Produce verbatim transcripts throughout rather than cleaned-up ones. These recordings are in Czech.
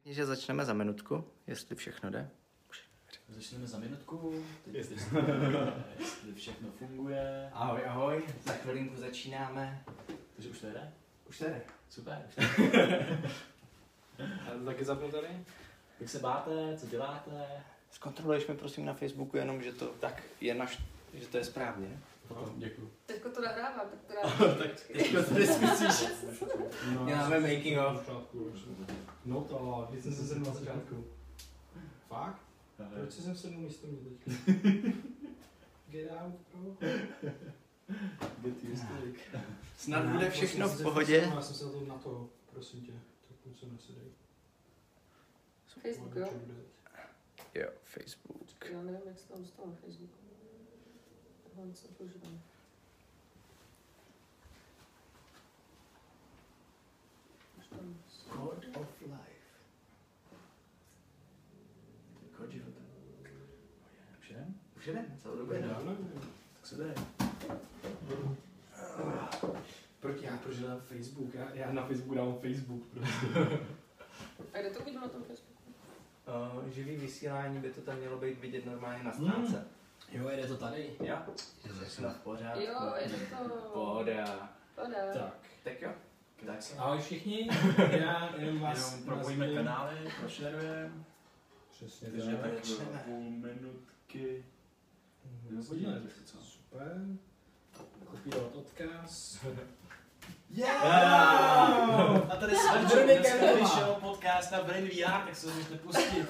Že začneme za minutku, jestli všechno jde. Začneme za minutku, teď jestli, jestli všechno funguje. Ahoj, ahoj, za chvilinku začínáme. Takže už to jde? Už to jde. Super, už to jde. A to taky zapnu tady? Jak se máte, co děláte? Zkontroluješ mi prosím na Facebooku jenom, že to tak je naš, že to je správně. Potom děkuju. Teďko to nahrává, tak to dává. Tak teďko to zkusíš. No, Děláme making of. No to, když jsem se sedl na začátku. Fakt? Proč jsem sedl místo mě teďka? Get out, bro. Get used to it. Snad bude všechno v pohodě. Já jsem se to na to, prosím tě, tak půjď se nesedej. Facebook, jo? Jo, Facebook. Já nevím, jak se tam dostal na Facebooku. Tohle co používám. Code of life. Kód života. Už jdem? Už jdem, celou dobu jdem. Tak se jde. Proč já prožívám Facebook? Já, já na Facebooku dávám Facebook prostě. A kde to vidím na tom Facebooku? Uh, živý vysílání by to tam mělo být vidět normálně na stránce. Mm. Jo, jde to tady? Jo, všechno v pořádku. Jo, je to... Pohoda. Pohoda. Tak. Tak jo. Tak se. Ahoj všichni, já jenom vás Jenom propojíme kanály, prošerujeme. Přesně Takže tak. tak půl minutky. Podívejte se, co? Super. Kopírovat odkaz. Yeah! A tady se A Veronika dneska vyšel podcast na Brain V R, tak se ho můžete pustit.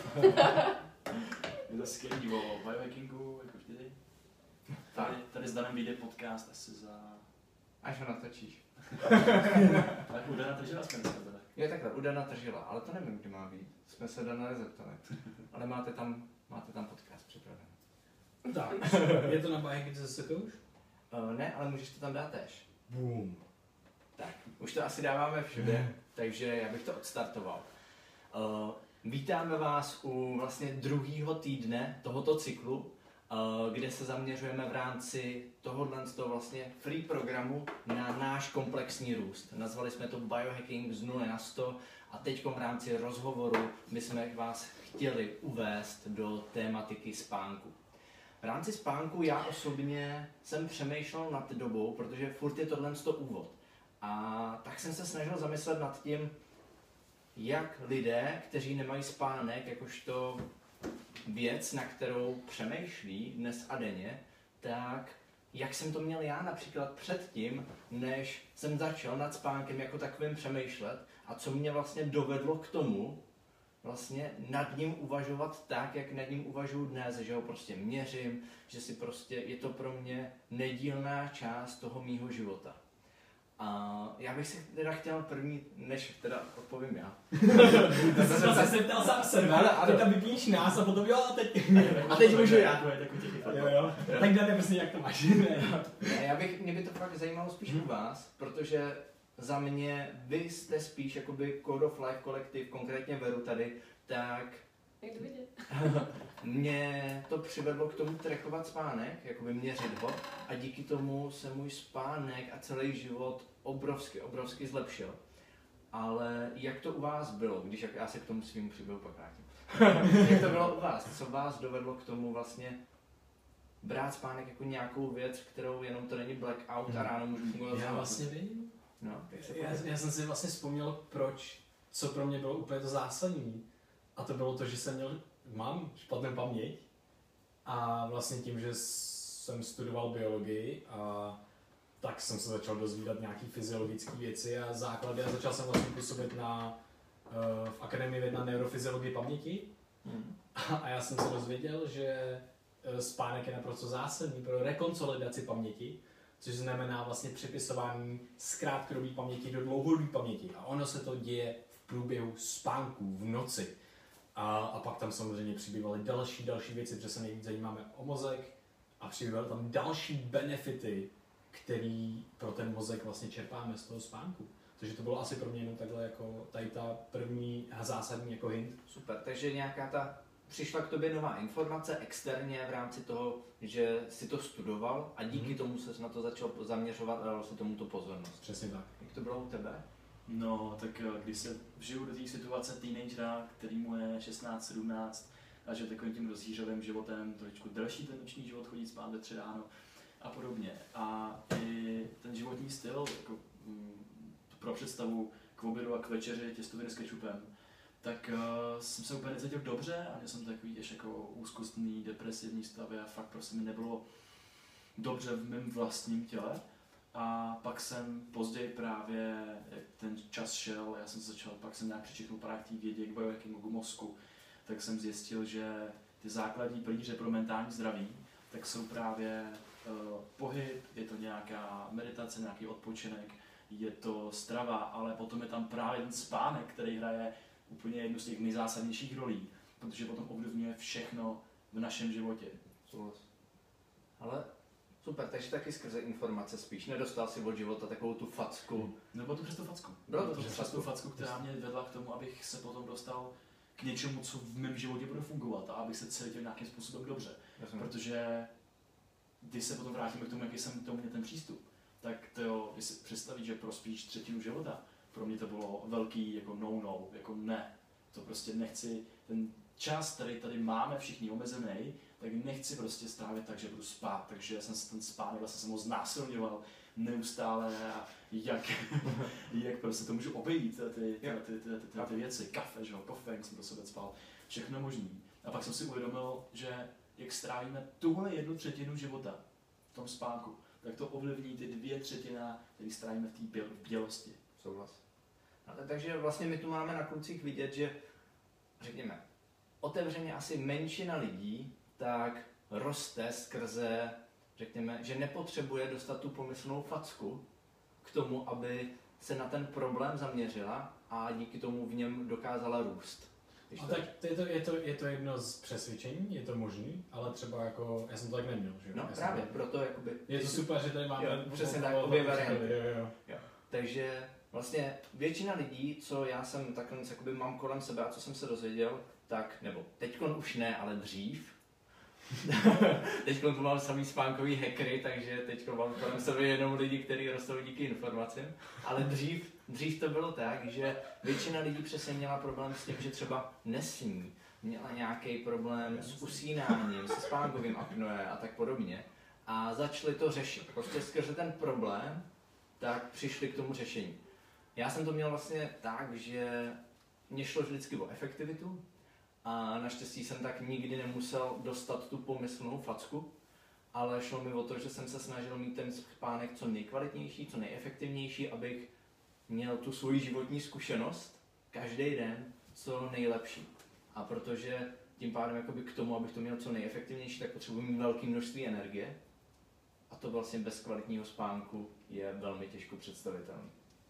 Je to skvělý o biohackingu, jako vždy. Tady, tady s Danem vyjde podcast asi za... Až ho natočíš. Tak u Dana Tržila jsme dneska byli. Jo, takhle, u Dana Tržila, ale to nevím, kdy má být. Jsme se Dana nezeptali. Ale máte tam, máte tam podcast připravený. Tak, je to na biohacking zase už? Uh, ne, ale můžeš to tam dát tež. Boom. Tak, už to asi dáváme všude, takže já bych to odstartoval. Uh, vítáme vás u vlastně druhého týdne tohoto cyklu, uh, kde se zaměřujeme v rámci tohohle z toho vlastně free programu na náš komplexní růst. Nazvali jsme to Biohacking z nuly na sto a teď v rámci rozhovoru bychom vás chtěli uvést do tématiky spánku. V rámci spánku já osobně jsem přemýšlel nad dobou, protože furt je tohle sto úvod. A tak jsem se snažil zamyslet nad tím, jak lidé, kteří nemají spánek, jakožto věc, na kterou přemýšlí dnes a denně, tak jak jsem to měl já například předtím, než jsem začal nad spánkem jako takovým přemýšlet a co mě vlastně dovedlo k tomu, vlastně nad ním uvažovat tak, jak nad ním uvažuji dnes, že ho prostě měřím, že si prostě, je to pro mě nedílná část toho mýho života. A já bych se teda chtěl první, než teda odpovím já. Já jsem se zeptal za sebe, a ty tam vypíš nás a potom jo a teď. A teď můžu já. Jo, jo. Tak dáte prostě jak to máš. Ne, já bych, mě by to fakt zajímalo spíš u vás, protože za mě vy jste spíš jakoby Code of Life kolektiv, konkrétně Veru tady, tak Jak to vidět? mě to přivedlo k tomu trackovat spánek, jakoby měřit ho a díky tomu se můj spánek a celý život obrovsky, obrovsky zlepšil. Ale jak to u vás bylo, když jak já se k tomu svým příběhu pak vrátím. Jak to bylo u vás? Co vás dovedlo k tomu vlastně brát spánek jako nějakou věc, kterou jenom to není blackout a ráno můžu fungovat. Já vlastně vím. No, tak se já, já jsem si vlastně vzpomněl, proč, co pro mě bylo úplně to zásadní. A to bylo to, že jsem měl, mám špatnou paměť a vlastně tím, že jsem studoval biologii a tak jsem se začal dozvídat nějaké fyziologické věci a základy a začal jsem vlastně působit na, uh, v Akademii věd na neurofyziologii paměti. Hmm. A já jsem se dozvěděl, že spánek je naprosto zásadní pro rekonsolidaci paměti, což znamená vlastně přepisování z krátkodobé paměti do dlouhodobé paměti. A ono se to děje v průběhu spánku v noci. A, a pak tam samozřejmě přibývaly další, další věci, protože se nejvíc zajímáme o mozek a přibývaly tam další benefity, který pro ten mozek vlastně čerpáme z toho spánku. Takže to bylo asi pro mě jenom takhle jako tady ta první a zásadní jako hint. Super, takže nějaká ta přišla k tobě nová informace externě v rámci toho, že si to studoval a díky mm. tomu ses na to začal zaměřovat a dal si tomu tu pozornost. Přesně tak. Jak to bylo u tebe? No, tak eh, když se vžiju do té situace teenagera, který mu je šestnáct sedmnáct a že takovým tím rozhýřovým životem, trošičku delší ten noční život, chodit spát ve tři ráno a podobně. A i ten životní styl, jako, mm, pro představu k obědu a k večeři těstoviny s kečupem, tak uh, jsem se úplně necítil dobře a měl jsem takový ještě jako úzkostný, depresivní stavy a fakt prostě mi nebylo dobře v mém vlastním těle. A pak jsem později právě, jak ten čas šel, já jsem začal, pak jsem nějak přečetl právě k té vědě, k biohackingu, k mozku, tak jsem zjistil, že ty základní pilíře pro mentální zdraví, tak jsou právě uh, pohyb, je to nějaká meditace, nějaký odpočinek, je to strava, ale potom je tam právě ten spánek, který hraje úplně jednu z těch nejzásadnějších rolí, protože potom ovlivňuje všechno v našem životě. Ale super, takže taky skrze informace spíš. Nedostal si od života takovou tu facku. Nebo to přes tu facku. Bylo to přes, přes přes tu facku. facku, která mě vedla k tomu, abych se potom dostal k něčemu, co v mém životě bude fungovat a abych se cítil nějakým způsobem dobře. Jasně. Protože když se potom vrátíme k tomu, jaký jsem k tomu měl ten přístup, tak to jo, když si představit, že prospíš třetinu života, pro mě to bylo velký jako no-no, jako ne. To prostě nechci, ten čas, který tady máme všichni omezený, tak nechci prostě strávit tak, že budu spát, takže jsem se ten spánek vlastně jsem ho znásilňoval neustále a jak, jak prostě to můžu obejít, ty, ty, ty, ty, ty, ty, ty věci, kafe, že jo, kofein jsem do sebe spal, všechno možný. A pak jsem si uvědomil, že jak strávíme tuhle jednu třetinu života v tom spánku, tak to ovlivní ty dvě třetina, které strávíme v té bělosti. Souhlas. No, takže vlastně my tu máme na klucích vidět, že řekněme, otevřeně asi menšina lidí tak roste skrze, řekněme, že nepotřebuje dostat tu pomyslnou facku k tomu, aby se na ten problém zaměřila a díky tomu v něm dokázala růst. Když A to... tak to je, to, je, to, je to jedno z přesvědčení, je to možný, ale třeba jako, já jsem to tak neměl, že jo? No já právě, jsem, proto jakoby... je to super, že tady máme... Jo, přesně tak, obě varianty. Jo, jo. Jo. Takže vlastně většina lidí, co já jsem takhle jakoby mám kolem sebe a co jsem se dozvěděl, tak, nebo teďkon už ne, ale dřív. Teďkon tu mám samý spánkový hackery, takže teďkon mám kolem sebe jenom lidi, kteří rostou díky informacím. Ale dřív, dřív to bylo tak, že většina lidí přesně měla problém s tím, že třeba nesní, měla nějaký problém s usínáním, se spánkovým apnoe a tak podobně. A začali to řešit. Prostě skrze ten problém, tak přišli k tomu řešení. Já jsem to měl vlastně tak, že mě šlo vždycky o efektivitu a naštěstí jsem tak nikdy nemusel dostat tu pomyslnou facku, ale šlo mi o to, že jsem se snažil mít ten spánek co nejkvalitnější, co nejefektivnější, abych měl tu svoji životní zkušenost každý den co nejlepší. A protože tím pádem jakoby k tomu, abych to měl co nejefektivnější, tak potřebuji mít velké množství energie a to vlastně bez kvalitního spánku je velmi těžko představitelné.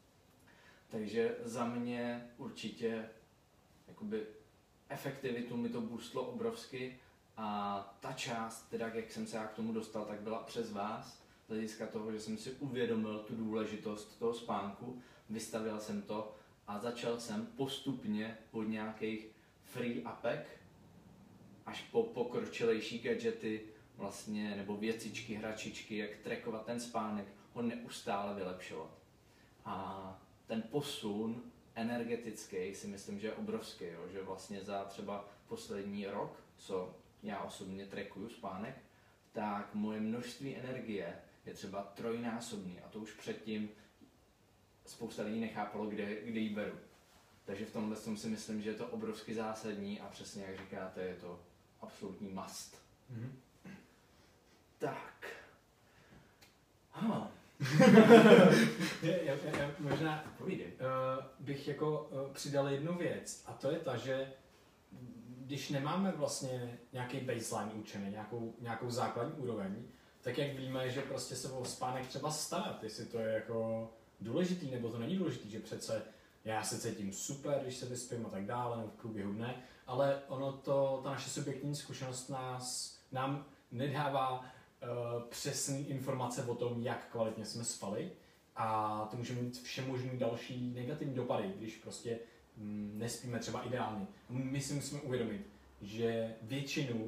Takže za mě určitě jakoby efektivitu mi to boostlo obrovsky a ta část, teda jak jsem se já k tomu dostal, tak byla přes vás, z hlediska toho, že jsem si uvědomil tu důležitost toho spánku, vystavil jsem to a začal jsem postupně od nějakých free appek až po pokročilejší gadgety vlastně, nebo věcičky, hračičky, jak trackovat ten spánek, ho neustále vylepšovat. A ten posun energetický si myslím, že je obrovský, jo? Že vlastně za třeba poslední rok, co já osobně trackuju spánek, tak moje množství energie je třeba trojnásobný a to už předtím spousta lidí nechápalo, kde, kde ji beru. Takže v tomhle tom si myslím, že je to obrovsky zásadní a přesně jak říkáte, je to absolutní must. Mm-hmm. Tak. Huh. já, já, já, možná Povídej. uh, bych jako uh, přidal jednu věc a to je ta, že když nemáme vlastně nějaký baseline učený, nějakou, nějakou základní úroveň, tak jak víme, že prostě se o spánek třeba starat, jestli to je jako důležitý nebo to není důležitý, že přece já se cítím super, když se vyspím a tak dále, nebo v průběhu dne, ale ono to, ta naše subjektivní zkušenost nás, nám nedává uh, přesné informace o tom, jak kvalitně jsme spali a to může mít všemožný další negativní dopady, když prostě mm, nespíme třeba ideálně. My si musíme uvědomit, že většinu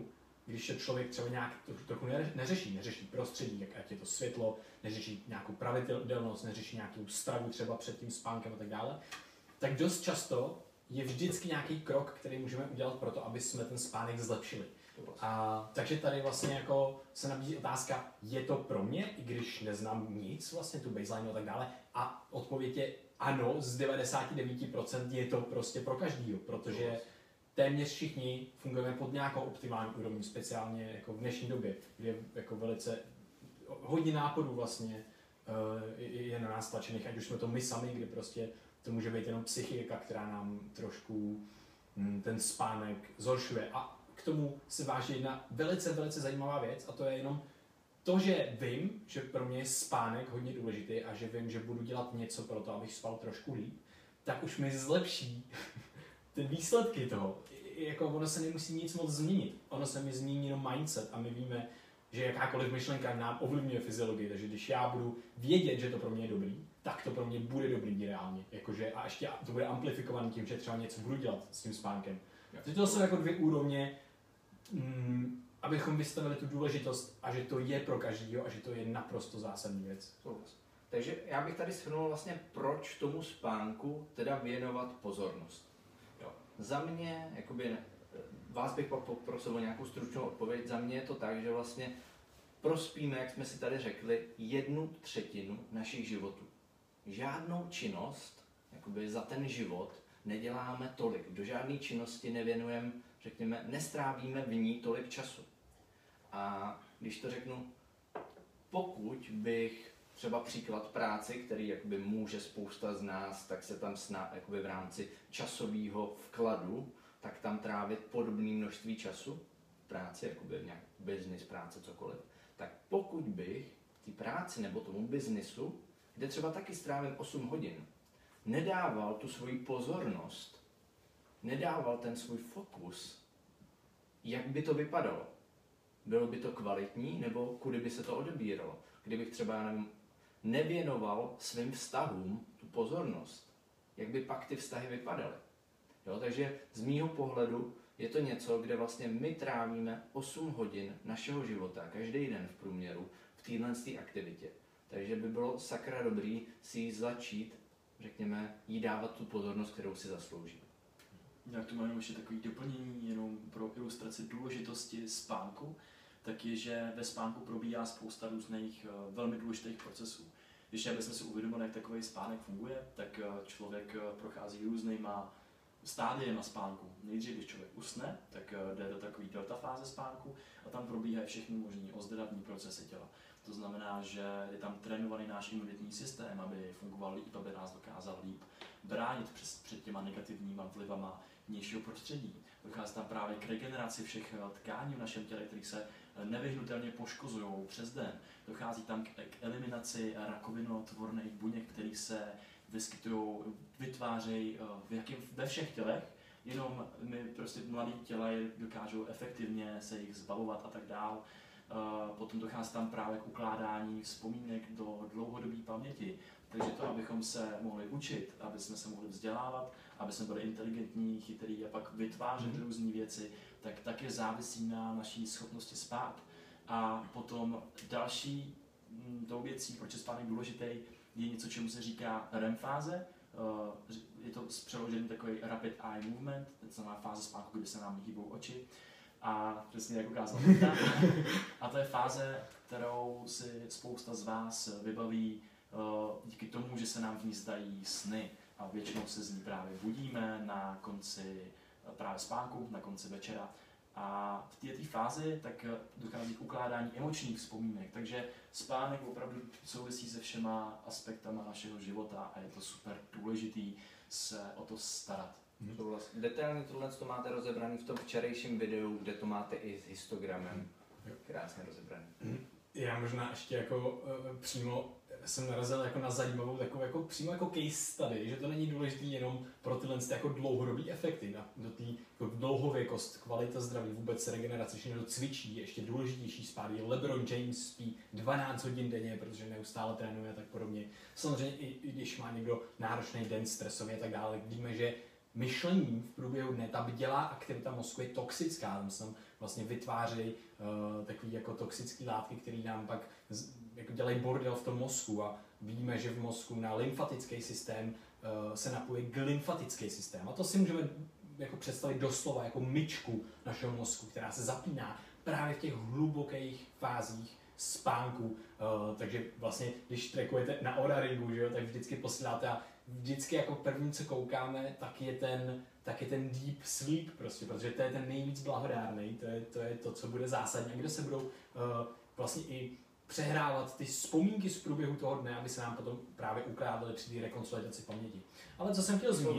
když je člověk třeba nějak trochu neřeší, neřeší prostředí, jak ať je to světlo, neřeší nějakou pravidelnost, neřeší nějakou stravu třeba před tím spánkem a tak dále, tak dost často je vždycky nějaký krok, který můžeme udělat pro to, aby jsme ten spánek zlepšili. A takže tady vlastně jako se nabízí otázka, je to pro mě, i když neznám nic, vlastně tu baseline a tak dále, a odpověď je ano, z devadesát devět procent je to prostě pro každýho, protože téměř všichni fungujeme pod nějakou optimální úrovní, speciálně jako v dnešní době, kdy je jako velice hodně nápadů vlastně uh, je na nás tlačených, ať už jsme to my sami, kdy prostě to může být jenom psychika, která nám trošku hm, ten spánek zhoršuje. A k tomu se váží jedna velice, velice zajímavá věc, a to je jenom to, že vím, že pro mě je spánek hodně důležitý a že vím, že budu dělat něco pro to, abych spal trošku líp, tak už mi zlepší ty výsledky toho. Jako ono se nemusí nic moc změnit. Ono se mi změní jenom mindset a my víme, že jakákoliv myšlenka nám ovlivňuje fyziologii, takže když já budu vědět, že to pro mě je dobrý, tak to pro mě bude dobrý reálně. Jakože, a ještě to bude amplifikovaný tím, že třeba něco budu dělat s tím spánkem. Takže to jsou jako dvě úrovně, mm, abychom vystavili tu důležitost a že to je pro každýho a že to je naprosto zásadní věc. Takže já bych tady shrnul vlastně, proč tomu spánku teda věnovat pozornost. Jo. Za mě, jakoby, vás bych poprosil o nějakou stručnou odpověď, za mě je to tak, že vlastně prospíme, jak jsme si tady řekli, jednu třetinu našich životů. Žádnou činnost, jakoby za ten život, neděláme tolik. Do žádné činnosti nevěnujeme, řekněme, nestrávíme v ní tolik času. A když to řeknu, pokud bych třeba příklad práci, který jakoby může spousta z nás, tak se tam sná, jakoby v rámci časového vkladu, tak tam trávit podobné množství času v práci, jakoby nějak business, práce, cokoliv, tak pokud bych té práci nebo tomu biznisu, kde třeba taky strávím osm hodin, nedával tu svoji pozornost, nedával ten svůj fokus, jak by to vypadalo? Bylo by to kvalitní, nebo kudy by se to odebíralo? Kdybych třeba nevím, nevěnoval svým vztahům tu pozornost, jak by pak ty vztahy vypadaly? Jo, takže z mýho pohledu je to něco, kde vlastně my trávíme osm hodin našeho života, každý den v průměru, v téhle aktivitě. Takže by bylo sakra dobrý si jí začít, řekněme, jí dávat tu pozornost, kterou si zaslouží. Já tu mám ještě takový doplnění, jenom pro ilustraci důležitosti spánku, tak je, že ve spánku probíhá spousta různých velmi důležitých procesů. Když abychom si uvědomili, jak takový spánek funguje, tak člověk prochází různýma stádiema spánku. Nejdřív, když člověk usne, tak jde do takové delta fáze spánku a tam probíhají všechny možné ozdravní procesy těla. To znamená, že je tam trénovaný náš imunitní systém, aby fungoval líp, aby nás dokázal líp bránit před, před těma negativníma vlivama vnějšího prostředí. Dochází tam právě k regeneraci všech tkání v našem těle, které se nevyhnutelně poškozují přes den. Dochází tam k, k eliminaci rakovinotvorných buněk, které se vyskytují, vytvářejí ve všech tělech, jenom my prostě mladé těla je dokážou efektivně se jich zbavovat a tak dál. Potom dochází tam právě k ukládání vzpomínek do dlouhodobé paměti. Takže to, abychom se mohli učit, aby jsme se mohli vzdělávat, aby jsme byli inteligentní, chytrý a pak vytvářet mm-hmm. různé věci, tak také závisí na naší schopnosti spát. A potom další m, tou věcí, proč je spánek důležitý, je něco, čemu se říká R E M fáze. Je to přeložený takový rapid eye movement, to znamená fáze spánku, kdy se nám hýbou oči. A přesně jak ukázal Vita. A to je fáze, kterou si spousta z vás vybaví díky tomu, že se nám v ní zdají sny. A většinou se z ní právě budíme na konci právě spánku, na konci večera. A v této fázi tak dochází k ukládání emočních vzpomínek. Takže spánek opravdu souvisí se všema aspektama našeho života a je to super důležitý se o to starat. Hmm. Vlastně detailně tohle to máte rozebraný v tom včerejším videu, kde to máte i s histogramem. Krásně rozebraný. Hmm. Já možná ještě jako uh, přímo jsem narazil jako na zajímavou takovou jako přímo jako case study, že to není důležitý jenom pro tyhle jako dlouhodobý efekty, na, do té jako dlouhověkost, kvalita zdraví, vůbec regenerace, že někdo cvičí, ještě důležitější spát je LeBron James spí dvanáct hodin denně, protože neustále trénuje a tak podobně. Samozřejmě i, i když má někdo náročný den, stresový a tak dále, víme, že myšlení v průběhu dne, ta bdělá aktivita mozku je toxická, tam se vlastně vytvářejí uh, takové jako toxické látky, které nám pak z, jako dělají bordel v tom mozku a víme, že v mozku na lymfatický systém uh, se napojí glymfatický systém a to si můžeme jako představit doslova jako myčku našeho mozku, která se zapíná právě v těch hlubokých fázích spánku, uh, takže vlastně, když trackujete na Oura Ringu, že jo, tak vždycky posíláte a vždycky jako první, co koukáme, tak je ten, tak je ten deep sleep prostě, protože to je ten nejvíc blahodárný, to je to, je to co bude zásadní a kde se budou uh, vlastně i přehrávat ty vzpomínky z průběhu toho dne, aby se nám potom právě ukládaly při té rekonsolidaci paměti. Ale co jsem chtěl zmínit,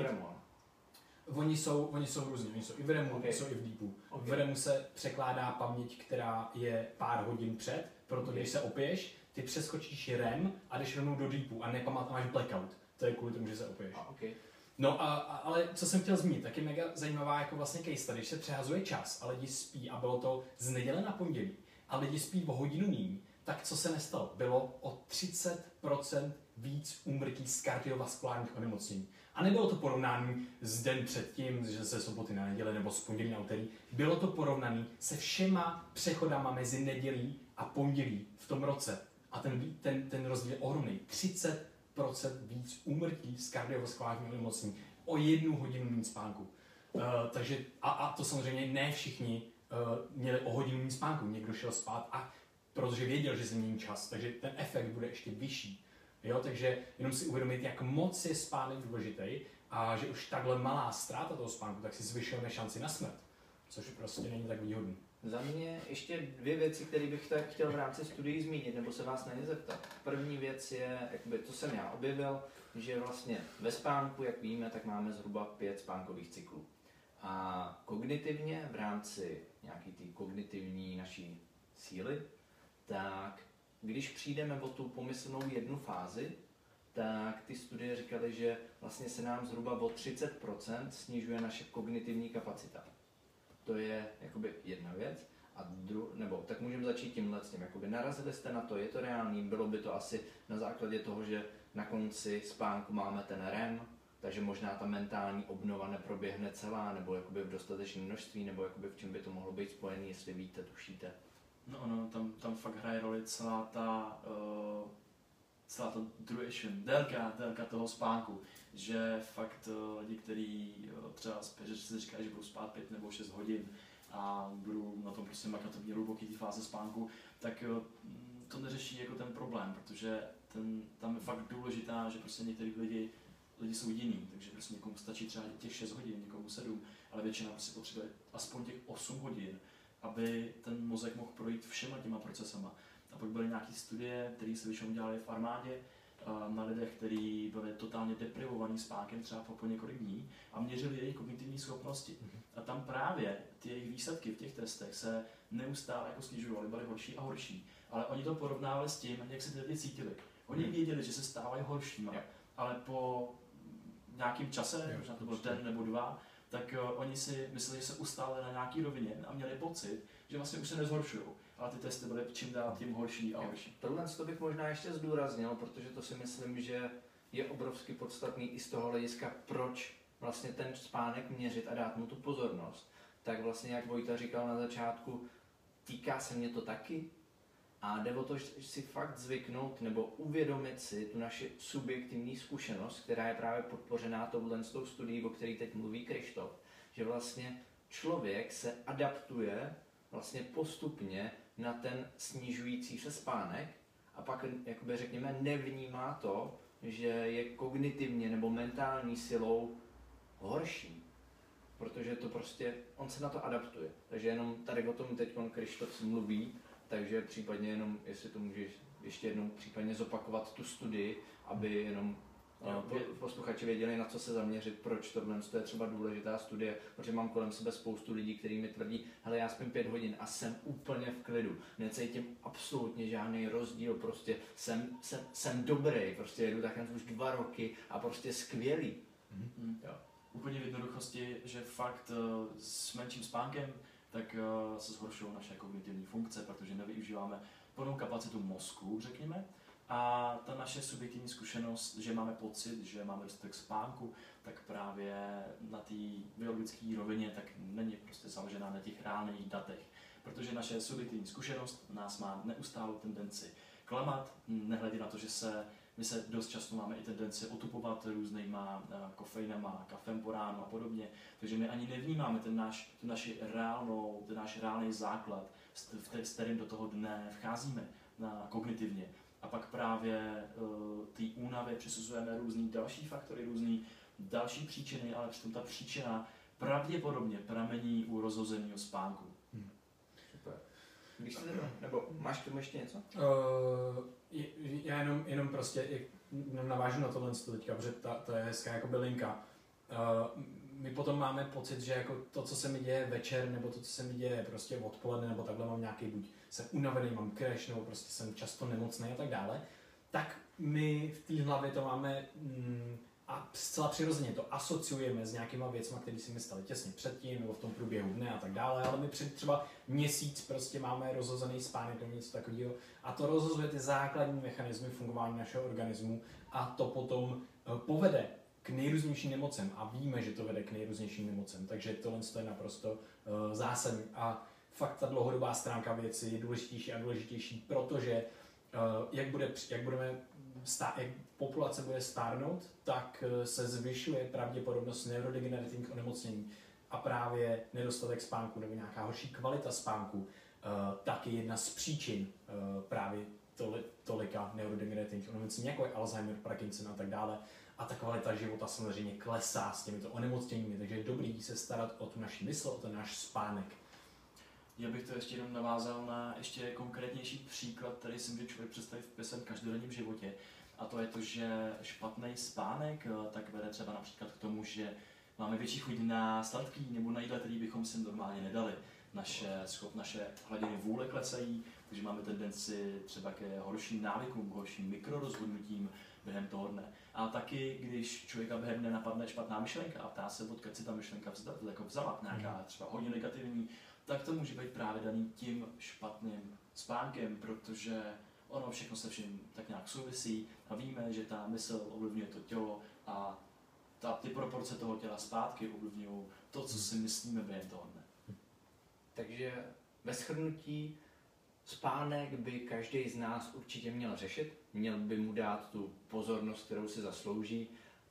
Oni jsou, oni jsou různí, oni jsou i v REMu, okay. jsou i v Deepu. Okay. V REMu se překládá paměť, která je pár hodin před, proto okay. když se opiješ, ty přeskočíš REM a jdeš rovnou do Deepu a nepamatuješ blackout. To je kvůli tomu, že se opiješ. Ah, okay. No a, a, ale co jsem chtěl zmínit, tak je mega zajímavá jako vlastně case study, když se přehazuje čas a lidi spí a bylo to z neděle na pondělí a lidi spí o hodinu míň, tak co se nestalo? Bylo o třicet procent víc úmrtí z kardiovaskulárních onemocnění. A nebylo to porovnání s den předtím, že se soboty na neděli nebo z pondělí na úterý. Bylo to porovnané se všema přechodama mezi nedělí a pondělí v tom roce. A ten, ten, ten rozdíl je ohromný. třicet procent víc úmrtí z kardiovaskulárních onemocnění o jednu hodinu méně spánku. Uh, takže, a, a to samozřejmě ne všichni uh, měli o hodinu méně spánku. Někdo šel spát, a protože věděl, že se mění čas, takže ten efekt bude ještě vyšší. Jo, takže jenom si uvědomit, jak moc je spánek důležitý a že už takhle malá ztráta toho spánku, tak si zvyšujeme šanci na smrt, což prostě není tak výhodný. Za mě ještě dvě věci, které bych tak chtěl v rámci studií zmínit, nebo se vás na ně zeptat. První věc je, jakoby, to jsem já objevil, že vlastně ve spánku, jak víme, tak máme zhruba pět spánkových cyklů. A kognitivně v rámci nějaký té kognitivní naší síly, tak když přijdeme o tu pomyslnou jednu fázi, tak ty studie říkaly, že vlastně se nám zhruba o třicet procent snižuje naše kognitivní kapacita. To je jakoby jedna věc. A dru, nebo tak můžeme začít tímhle s tím. Jakoby narazili jste na to, je to reálný, bylo by to asi na základě toho, že na konci spánku máme ten REM, takže možná ta mentální obnova neproběhne celá, nebo jakoby v dostatečném množství, nebo jakoby v čem by to mohlo být spojené, jestli víte, tušíte. No, no, tam, tam fakt hraje roli celá ta, uh, celá ta duration, délka, délka toho spánku, že fakt uh, lidi, kteří uh, třeba spíš, že si říkají, že budou spát pět nebo šest hodin a budou na tom prostě makat v hluboký té fáze spánku, tak uh, to neřeší jako ten problém, protože ten, tam je fakt důležitá, že prostě některý lidi, lidi jsou jiný, takže prostě někomu stačí třeba těch šest hodin, někomu sedm, ale většina prostě potřebuje aspoň těch osm hodin, aby ten mozek mohl projít všema těma procesama. A pak byly nějaké studie, které se většinou dělaly v armádě, na lidech, kteří byli totálně deprivovaní spánkem třeba po, po několik dní a měřili jejich kognitivní schopnosti. A tam právě ty jejich výsledky v těch testech se neustále jako snižovaly, byly horší a horší. Ale oni to porovnávali s tím, jak se ty lidi cítili. Oni věděli, že se stávají horšíma, ale po nějakým čase, možná to byl den nebo dva, tak uh, oni si mysleli, že se ustáli na nějaký rovině a měli pocit, že vlastně už se nezhoršují. Ale ty testy byly čím dál tím horší a horší. Tohle to bych možná ještě zdůraznil, protože to si myslím, že je obrovsky podstatný i z toho hlediska, proč vlastně ten spánek měřit a dát mu tu pozornost. Tak vlastně, jak Vojta říkal na začátku, týká se mě to taky a jde o to, že si fakt zvyknout nebo uvědomit si tu naši subjektivní zkušenost, která je právě podpořená touhle s tou studií, o které teď mluví Krištof, že vlastně člověk se adaptuje vlastně postupně na ten snižující se spánek a pak, jakoby řekněme, nevnímá to, že je kognitivně nebo mentální silou horší. Protože to prostě, on se na to adaptuje. Takže jenom tady o tom teď Krištof mluví, takže případně jenom, jestli to můžeš ještě jednou případně zopakovat tu studii, aby jenom uh, posluchači věděli, na co se zaměřit, proč tohle je třeba důležitá studie, protože mám kolem sebe spoustu lidí, kteří mi tvrdí, hele, já spím pět hodin a jsem úplně v klidu, necítím absolutně žádný rozdíl, prostě jsem, jsem, jsem dobrý, prostě jedu takhle už dva roky a prostě skvělý. Mm-hmm. Jo. Úplně v jednoduchosti, že fakt uh, s menším spánkem tak uh, se zhoršují naše kognitivní funkce, protože nevyužíváme plnou kapacitu mozku, řekněme. A ta naše subjektivní zkušenost, že máme pocit, že máme dostatek spánku, tak právě na té biologické rovině tak není prostě založená na těch reálných datech, protože naše subjektivní zkušenost nás má neustálou tendenci klamat, nehledě na to, že se my se dost často máme i tendenci otupovat různýma kofeinama, kafem po ránu a podobně, takže my ani nevnímáme ten náš, tu naši reálnou, ten náš reálný základ, s kterým do toho dne vcházíme na, kognitivně. A pak právě uh, té únavě přisuzujeme různý další faktory, různý další příčiny, ale přitom ta příčina pravděpodobně pramení u rozhozeného spánku. Hmm. Super. Když se nebo, nebo máš k tomu ještě něco? Uh, já jenom, jenom prostě jenom navážu na tohle teďka, protože ta, to je hezká jako bylinka. Uh, my potom máme pocit, že jako to, co se mi děje večer, nebo to, co se mi děje prostě odpoledne, nebo takhle mám nějaký buď jsem unavený, mám crash, nebo prostě jsem často nemocný a tak dále, tak my v té hlavě to máme mm, a zcela přirozeně to asociujeme s nějakýma věcmi, které si mi staly těsně předtím, nebo v tom průběhu dne a tak dále, ale my před třeba měsíc prostě máme rozhozený spánek nebo něco takového a to rozhozuje ty základní mechanismy fungování našeho organismu a to potom povede k nejrůznějším nemocem a víme, že to vede k nejrůznějším nemocem, takže tohle je naprosto uh, zásadní a fakt ta dlouhodobá stránka věci je důležitější a důležitější, protože uh, jak, bude, jak, budeme stá, jak populace bude stárnout, tak uh, se zvyšuje pravděpodobnost neurodegenerativních onemocnění a právě nedostatek spánku nebo nějaká horší kvalita spánku uh, tak je jedna z příčin uh, právě toli, tolika neurodegenerativních onemocnění, jako je Alzheimer, Parkinson a tak dále. A ta kvalita života samozřejmě klesá s těmito onemocněními, takže je dobrý se starat o tu naši mysl, o ten náš spánek. Já bych to ještě jenom navázal na ještě konkrétnější příklad, který si může člověk představit v svém každodenním životě. A to je to, že špatný spánek tak vede třeba například k tomu, že máme větší chuť na sladký nebo na jídla, který bychom si normálně nedali. Naše, schop, naše hladiny vůle klesají, takže máme tendenci třeba ke horším návykům, horším mikrorozhodnutím během toho dne. A taky, když člověka během dne napadne špatná myšlenka a ptá se, odkud si ta myšlenka vzala, jako vzala, nějaká třeba hodně negativní, tak to může být právě daný tím špatným spánkem, protože ono všechno se vším tak nějak souvisí a víme, že ta mysl ovlivňuje to tělo a ta, ty proporce toho těla zpátky ovlivňují to, co si myslíme během toho dne. Takže ve shrnutí spánek by každý z nás určitě měl řešit, měl by mu dát tu pozornost, kterou si zaslouží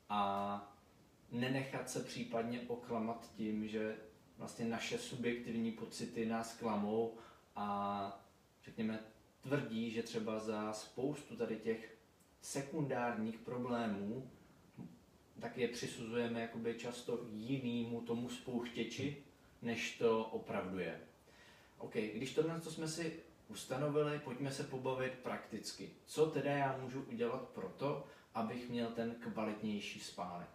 a nenechat se případně oklamat tím, že vlastně naše subjektivní pocity nás klamou a řekněme tvrdí, že třeba za spoustu tady těch sekundárních problémů tak je přisuzujeme jakoby často jinému tomu spouštěči, než to opravdu je. OK, když tohle to jsme si ustanovili, pojďme se pobavit prakticky. Co teda já můžu udělat pro to, abych měl ten kvalitnější spánek?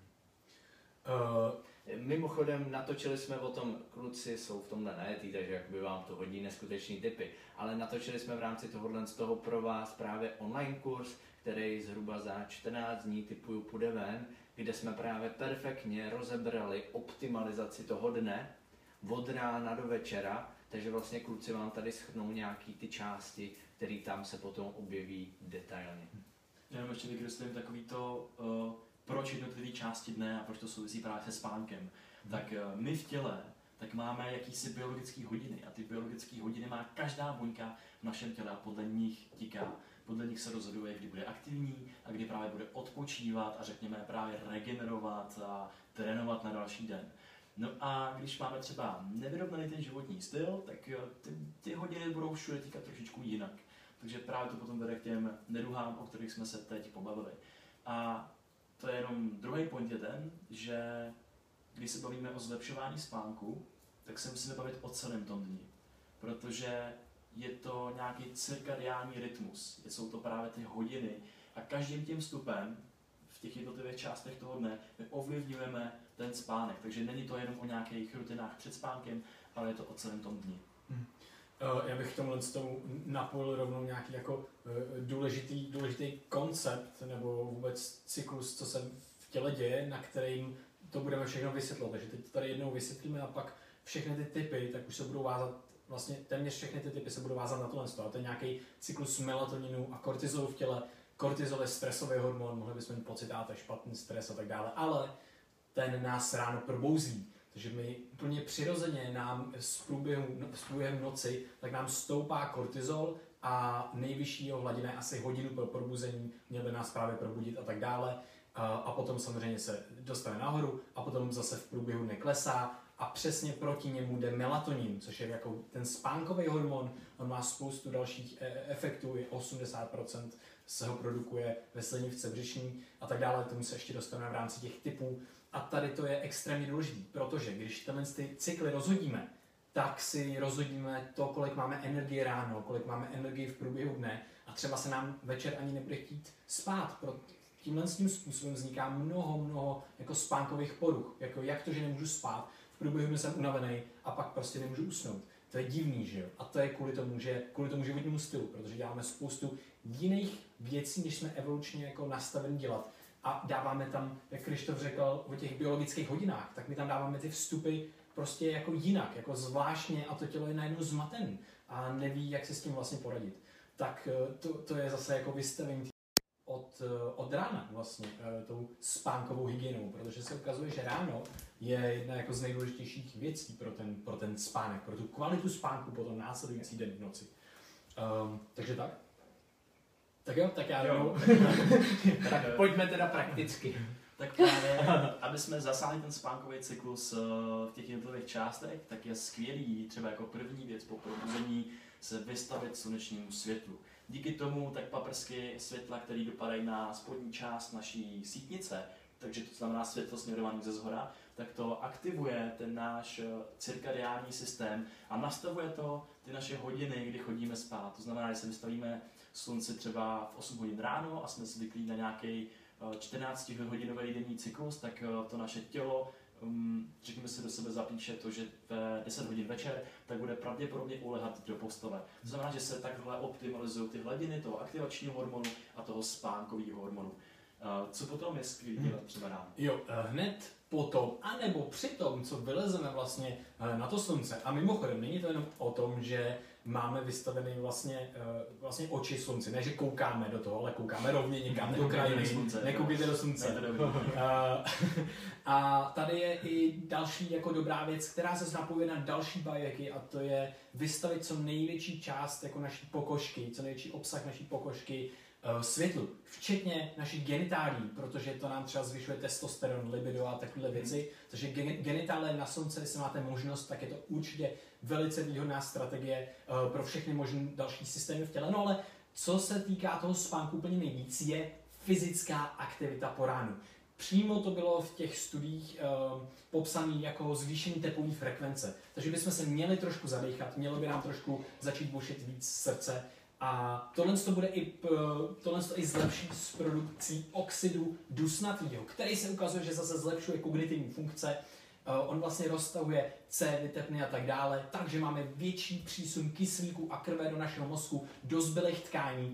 Uh, Mimochodem, natočili jsme o tom, kluci jsou v tomhle najetý, takže jakoby vám to hodí neskutečný tipy, ale natočili jsme v rámci tohohle z toho pro vás právě online kurz, který zhruba za čtrnáct dní typuju půjde ven, kde jsme právě perfektně rozebrali optimalizaci toho dne od rána do večera, takže vlastně kluci vám tady shrnou nějaký ty části, které tam se potom objeví detailně. Já ještě vykreslím takový to, uh, proč jednotlivé části dne a proč to souvisí právě se spánkem. Hmm. Tak uh, my v těle tak máme jakýsi biologické hodiny a ty biologické hodiny má každá buňka v našem těle a podle nich tiká. Podle nich se rozhoduje, kdy bude aktivní a kdy právě bude odpočívat a řekněme právě regenerovat a trénovat na další den. No a když máme třeba nevyrovnaný ten životní styl, tak ty, ty hodiny budou všude týkat trošičku jinak. Takže právě to potom vede k těm neduhám, o kterých jsme se teď pobavili. A to je jenom druhý point je ten, že když se bavíme o zlepšování spánku, tak se musíme bavit o celém tom dni. Protože je to nějaký cirkadiální rytmus, jsou to právě ty hodiny a každým tím vstupem v těch jednotlivých částech toho dne my ovlivňujeme ten spánek, takže není to jenom o nějakých rutinách před spánkem, ale je to o celém tom dni. Hmm. Já bych k tomuhle s tomu napojil rovnou nějaký jako důležitý, důležitý koncept nebo vůbec cyklus, co se v těle děje, na kterým to budeme všechno vysvětlovat. Takže teď to tady jednou vysvětlíme a pak všechny ty typy, tak už se budou vázat, vlastně téměř všechny ty typy se budou vázat na tohle. A to je nějaký cyklus melatoninu a kortizolu v těle. Kortizol je stresový hormon, mohli bychom mít pocit, že to je špatný stres a tak dále, ale ten nás ráno probouzí. Takže my úplně přirozeně nám z průběhu, z průběhu noci, tak nám stoupá kortizol a nejvyšší hladina je asi hodinu pro probuzení, měl by nás právě probudit a tak dále. A potom samozřejmě se dostane nahoru a potom zase v průběhu neklesá a přesně proti němu jde melatonin, což je jako ten spánkový hormon, on má spoustu dalších efektů, i osmdesát procent se ho produkuje ve slinivce břišní a tak dále, tomu se ještě dostaneme v rámci těch typů. A tady to je extrémně důležité, protože když tyhle ty cykly rozhodíme, tak si rozhodíme to, kolik máme energie ráno, kolik máme energie v průběhu dne a třeba se nám večer ani nebude chtít spát. Tímhle s tím způsobem vzniká mnoho, mnoho jako spánkových poruch. Jako jak to, že nemůžu spát, v průběhu dne jsem unavený a pak prostě nemůžu usnout. To je divný, že jo? A to je kvůli tomu, že kvůli tomu životnímu stylu, protože děláme spoustu jiných věcí, než jsme evolučně jako nastaveni dělat. A dáváme tam, jak Krištof řekl o těch biologických hodinách, tak my tam dáváme ty vstupy prostě jako jinak, jako zvláštně a to tělo je najednou zmatený a neví, jak se s tím vlastně poradit. Tak to, to je zase jako vystavení od, od rána vlastně tou spánkovou hygienou, protože se ukazuje, že ráno je jedna jako z nejdůležitějších věcí pro ten, pro ten spánek, pro tu kvalitu spánku potom následující den v noci. Um, takže tak. Tak jo, tak já jo. Tak pojďme teda prakticky. Tak právě, aby jsme zasáhli ten spánkový cyklus v těch jednotlivých částech, tak je skvělý třeba jako první věc po probuzení se vystavit slunečnímu světlu. Díky tomu tak paprsky světla, které dopadají na spodní část naší sítnice, takže to znamená světlo směrované ze zhora, tak to aktivuje ten náš cirkadiální systém a nastavuje to ty naše hodiny, kdy chodíme spát. To znamená, že se vystavíme slunci třeba v osm hodin ráno a jsme zvyklí na nějaký čtrnáctihodinový denní cyklus, tak to naše tělo, řekněme si do sebe zapíše to, že v deset hodin večer, tak bude pravděpodobně ulehat do postele. To znamená, že se takhle optimalizují ty hladiny toho aktivačního hormonu a toho spánkového hormonu. Co potom je skvělý dělat třeba ráno? Jo, hned potom, anebo při tom, co vylezeme vlastně na to slunce. A mimochodem, není to jenom o tom, že máme vystavený vlastně, vlastně oči slunci. Ne, že koukáme do toho, ale koukáme rovně někam do krajiny. Nekoukejte do slunce. A tady je i další jako dobrá věc, která se napojuje na další biohacky, a to je vystavit co největší část jako naší pokožky, co největší obsah naší pokožky světlu, včetně našich genitálí, protože to nám třeba zvyšuje testosteron, libido a takové věci. Takže genitálie na slunce, když máte možnost, tak je to určitě velice výhodná strategie uh, pro všechny možné další systémy v těle. No ale co se týká toho spánku úplně nejvíc, je fyzická aktivita po ránu. Přímo to bylo v těch studiích uh, popsané jako zvýšení tepové frekvence. Takže bychom se měli trošku zadechat, mělo by nám trošku začít bušit víc srdce. A tohle to bude i, tohle to i zlepší s produkcí oxidu dusnatého, který se ukazuje, že zase zlepšuje kognitivní funkce. On vlastně roztahuje cévy, tepny a tak dále, takže máme větší přísun kyslíku a krve do našeho mozku, do zbylých tkání.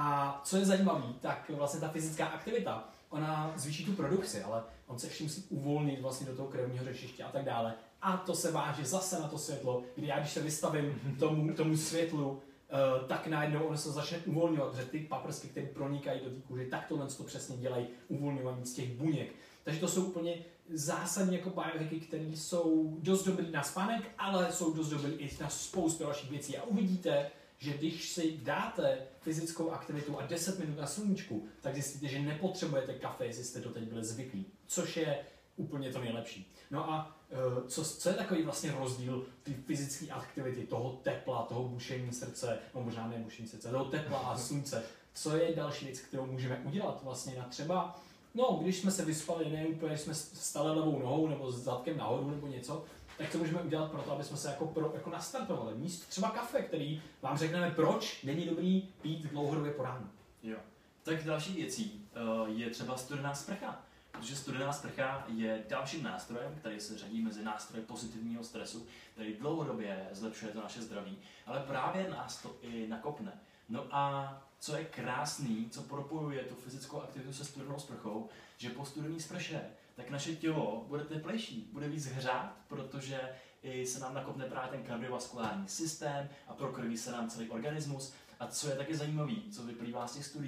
A co je zajímavé, tak vlastně ta fyzická aktivita, ona zvýší tu produkci, ale on se ještě musí uvolnit vlastně do toho krevního řečiště a tak dále. A to se váže zase na to světlo, kdy já když se vystavím tomu, tomu světlu, Uh, tak najednou ono se začne uvolňovat, že ty paprsky, které pronikají do té kůže, tak tohle to přesně dělají uvolňování z těch buněk. Takže to jsou úplně zásadní jako biohacky, které jsou dost dobrý na spánek, ale jsou dost dobrý i na spoustu dalších věcí. A uvidíte, že když si dáte fyzickou aktivitu a deset minut na sluníčku, tak zjistíte, že nepotřebujete kafe, jestli jste doteď byli zvyklí, což je úplně to nejlepší. No a co, co je takový vlastně rozdíl té fyzické aktivity, toho tepla, toho bušení srdce, no možná ne bušení srdce, toho tepla a slunce. Co je další věc, kterou můžeme udělat vlastně na třeba, no když jsme se vyspali, ne úplně, jsme stali levou nohou nebo s zadkem nahoru nebo něco, tak co můžeme udělat pro to, aby jsme se jako, pro, jako nastartovali. Místo třeba kafe, který vám řekneme, proč není dobrý pít dlouhodobě po ránu. Jo. Tak další věcí je třeba studená sprcha. Protože studená sprcha je dalším nástrojem, který se řadí mezi nástroje pozitivního stresu, který dlouhodobě zlepšuje to naše zdraví, ale právě nás to i nakopne. No a co je krásný, co propojuje tu fyzickou aktivitu se studenou sprchou, že po studené sprše tak naše tělo bude teplejší, bude víc hřát, protože i se nám nakopne právě ten kardiovaskulární systém a prokrví se nám celý organismus. A co je taky zajímavý, co vyplývá z těch studií,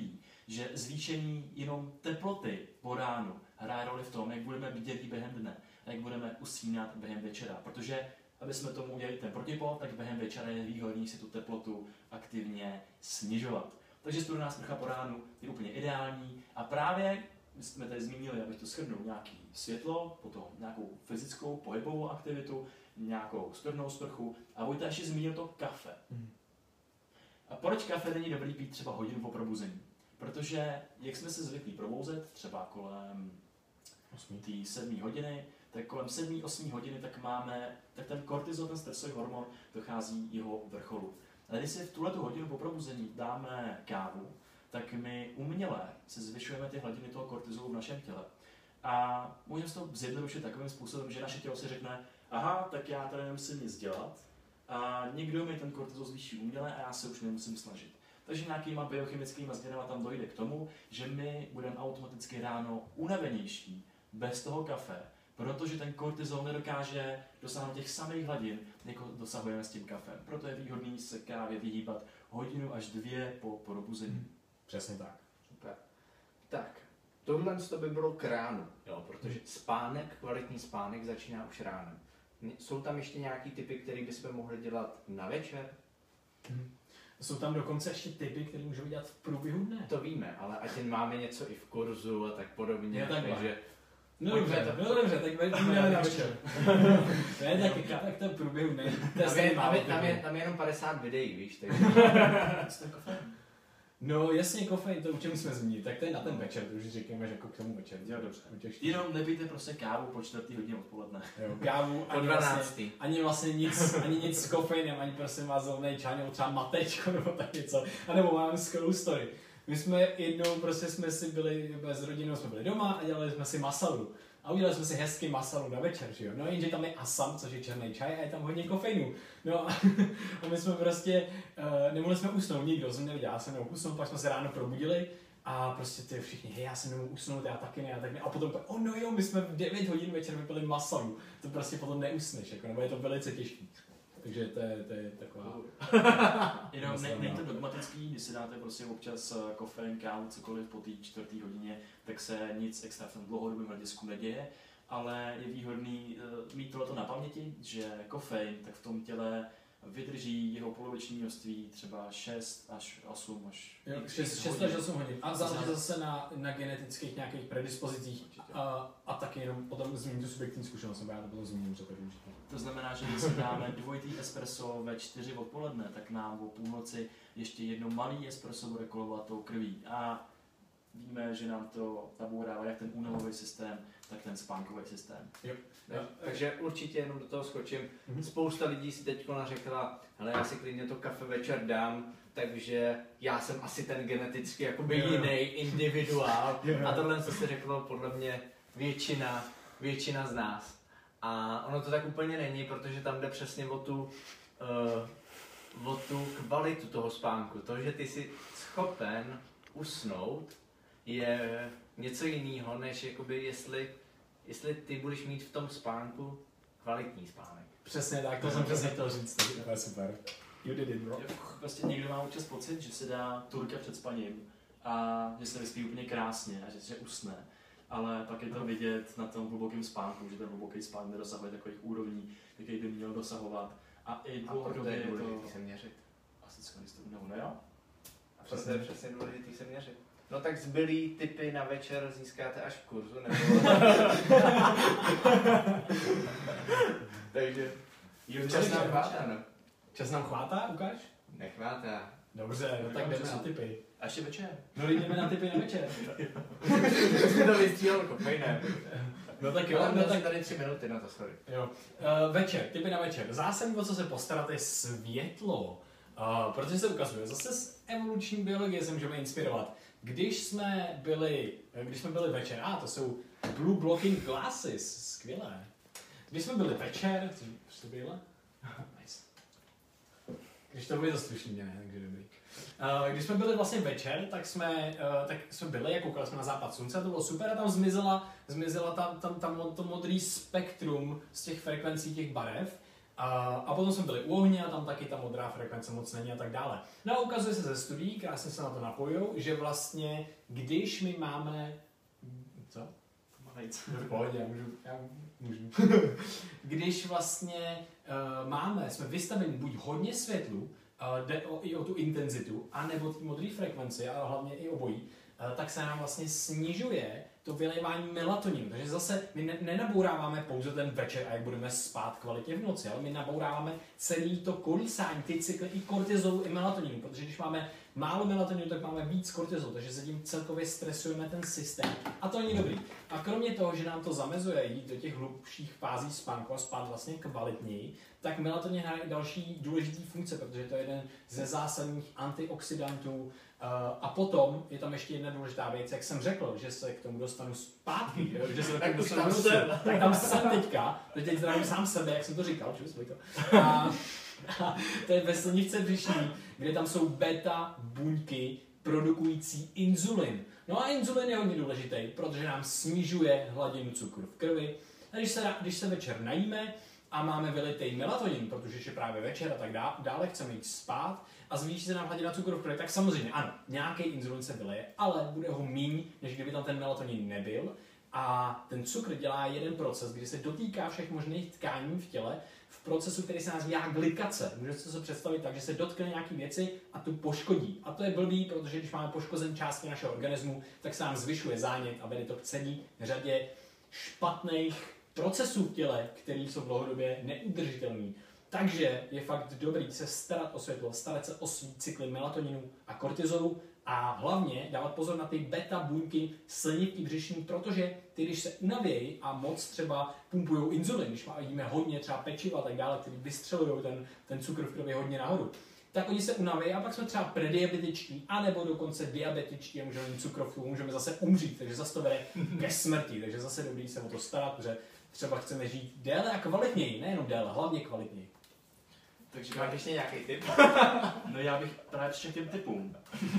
že zvýšení jenom teploty po ránu hraje roli v tom, jak budeme bdělí během dne, jak budeme usínat během večera, protože aby jsme tomu udělali ten protipol, tak během večera je výhodný si tu teplotu aktivně snižovat. Takže studená sprcha po ránu je úplně ideální a právě my jsme tady zmínili, abych to shrnul, nějaký světlo, potom nějakou fyzickou pohybovou aktivitu, nějakou studenou sprchu a Vojta ještě zmínil to kafe. Mm. A proč kafe není dobrý pít třeba hodinu po probuzení? Protože jak jsme se zvyklí probouzet, třeba kolem té sedmé hodiny, tak kolem sedmé osmé hodiny tak máme, tak ten kortizol, ten stresový hormon, dochází jeho vrcholu. A když si v tuhletu hodinu po probuzení dáme kávu, tak my uměle se zvyšujeme ty hladiny toho kortizolu v našem těle. A můžeme to zjednodušit takovým způsobem, že naše tělo si řekne, aha, tak já tady nemusím nic dělat a někdo mi ten kortizol zvýší uměle a já se už nemusím snažit. Takže nějakýma biochemickými změnama tam dojde k tomu, že my budeme automaticky ráno unavenější bez toho kafe, protože ten kortizol nedokáže dosáhnout těch samých hladin, jako dosahujeme s tím kafem. Proto je výhodný se kávě vyhýbat hodinu až dvě po probuzení. Přesně tak. Super. Tak, tohle to by bylo k ránu, jo, protože spánek, kvalitní spánek začíná už ránem. Jsou tam ještě nějaký typy, které bychom mohli dělat na večer? Hmm. Jsou tam dokonce ještě typy, které můžou dělat v průběhu dne. To víme, ale ať jen máme něco i v kurzu a tak podobně. Je takhle. Takže No dobře, no dobře, tak jdeme na večer. Ne, tak, tak to je v průběhu dne. Tam je, tam, je, tam, je, tam je jenom padesát videí, víš, takže... No jasně, kofein, to u čem jsme zmínili, tak to je na ten večer, to už říkáme, že jako k tomu večeru. Jo, dobře. Jenom nepijte prostě kávu po čtvrtý hodině odpoledne. Jo, kávu, ani vlastně, ani vlastně nic, ani nic s kofeinem, ani prostě má zelený čaj, nebo třeba matečko, nebo tak něco. A nebo mám skvělou story. My jsme jednou prostě jsme si byli, s rodinou jsme byli doma a dělali jsme si masalu. A udělali jsme si hezky masalu na večer, že jo. No jenže tam je asam, což je černý čaj a je tam hodně kofeinu. No a, a my jsme prostě, uh, nemohli jsme usnout, nikdo jsem neviděl, já jsem nemohl usnout, pak jsme se ráno probudili a prostě ty všichni, hej, já jsem nemohl usnout, já taky ne, já taky ne. A potom, oh no jo, my jsme v devět hodin večer vypili masalu. To prostě potom neusneš, jako, nebo je to velice těžký. Takže to je, to je taková... Jenom ne, není to dogmatický, když si dáte prostě občas kofein, kávu, cokoliv po té čtvrté hodině, tak se nic extra v tom dlouhodobém hledisku neděje, ale je výhodný uh, mít tohleto na paměti, že kofein tak v tom těle vydrží jeho poloviční množství třeba šest až osm až šest až osm hodin. A záleží zase na, na genetických nějakých predispozicích a, a taky jenom potom zmíním tu subjektivní zkušenost, nebo já to potom zmíním, co to určitě. To znamená, že když si dáme dvojitý espresso ve čtyři odpoledne, tak nám o půlnoci ještě jedno malý espresso bude kolovat tou krví. A víme, že nám to nabourává jak ten únavový systém, tak ten spánkový systém. Jo. Jo, takže určitě jenom do toho skočím. Mm-hmm. Spousta lidí si teď řekla, hele, já si klidně to kafe večer dám, takže já jsem asi ten geneticky jakoby jo, jo. jiný individuál. Jo, jo. A tohle, co se řeklo, podle mě většina, většina z nás. A ono to tak úplně není, protože tam jde přesně o tu, uh, o tu kvalitu toho spánku. To, že ty jsi schopen usnout, je něco jiného, než jakoby jestli, jestli ty budeš mít v tom spánku kvalitní spánek. Přesně tak, to jsem přesně chtěl říct, to je super. You did it, bro. Prostě někdo má občas pocit, že si dá turka před spaním a že se vyspí úplně krásně a že se usne. Ale pak je to vidět na tom hlubokém spánku, že ten hluboký spánek nedosahuje takových úrovní, jaký by měl dosahovat. A i dlouhodobě je to... se měřit. Asi to nebo ne, jo? A to je přesně důležitý se měřit. No tak zbylý tipy na večer získáte až v kurzu, nebo... Takže... Čas nám chvátá, no. Čas nám chvátá, ukáž? Nechvátá. Dobře, no tak jdeme na tipy. A ještě večer. No jdeme na tipy na večer. Jsi to vystřílel kofejnem. No tak jo, no, no tak tak tady tři minuty na to, sorry. Jo. Uh, večer, tipy na večer. Zásadní, o co se postarat, je světlo. Uh, protože se ukazuje, zase z evoluční biologie se můžeme inspirovat. Když jsme byli, když jsme byli večer, a ah, to jsou blue blocking glasses, skvělé. Když jsme byli večer, což to bylo? Nice. Když to bylo to slušný, ne, takže dobrý. Uh, když jsme byli vlastně večer, tak jsme, uh, tak jsme byli, jako koukali jsme na západ slunce, to bylo super a tam zmizela, zmizela tam, tam, tam to modrý spektrum z těch frekvencí těch barev A, a potom jsme byli u ohně a tam taky ta modrá frekvence moc není a tak dále. No a ukazuje se ze studií, krásně se na to napojují, že vlastně, když my máme... Co? V pohodě, já můžu, já můžu. Když vlastně uh, máme, jsme vystaveni buď hodně světlu, uh, jde o, i o tu intenzitu, anebo ty modré frekvenci, a hlavně i obojí, uh, tak se nám vlastně snižuje to vylévání melatoninu. Takže zase my ne- nenabouráváme pouze ten večer a jak budeme spát kvalitně v noci, ale my nabouráváme celý to kolísání, ty cykly i kortizolu, i melatoninu, protože když máme málo melatoninu, tak máme víc kortizolu, takže se tím celkově stresujeme ten systém a to není dobrý. A kromě toho, že nám to zamezuje jít do těch hlubších fází spánku a spát vlastně kvalitněji, tak melatonin hraje i další důležitý funkce, protože to je jeden ze zásadních antioxidantů. A potom je tam ještě jedna důležitá věc, jak jsem řekl, že se k tomu dostanu zpátky, jo? Že se k tomu dostanu sem, tak tam jsem teďka, teď zdravím sám sebe, jak jsem to říkal, čus, to. A, a to je ve slnivce břišní, kde tam jsou beta buňky produkující inzulin. No a inzulin je hodně důležitý, protože nám snižuje hladinu cukru v krvi. A když se, když se večer najíme a máme vylitej melatonin, protože je právě večer a tak dále, chceme jít spát a zvýší se nám hladina cukru v krvi, tak samozřejmě ano, nějaký inzulin se vyleje, ale bude ho míň, než kdyby tam ten melatonin nebyl. A ten cukr dělá jeden proces, kdy se dotýká všech možných tkání v těle, v procesu, který se nazývá glikace. Můžete si to představit tak, že se dotkne nějaký věci a tu poškodí. A to je blbý, protože když máme poškozen části našeho organismu, tak se nám zvyšuje zánět a vede to k celé řadě špatných procesů v těle, které jsou dlouhodobě neudržitelné. Takže je fakt dobrý se starat o světlo, starat se o svý cykly melatoninu a kortizolu a hlavně dávat pozor na ty beta buňky slinivky břišní, protože ty, když se unavějí a moc třeba pumpují inzulin, když jíme hodně třeba pečiva a tak dále, který vystřelují ten, ten cukr v krvi hodně nahoru, tak oni se unavějí a pak jsme třeba prediabetičtí, anebo dokonce diabetičtí a můžeme mít cukrovku, můžeme zase umřít, takže zase to vede ke smrti, takže zase dobrý se o to starat, protože třeba chceme žít déle a kvalitněji, nejenom déle, hlavně kvalitněji. Takže máš ještě nějaký tip? No já bych právě přišel k těm typům.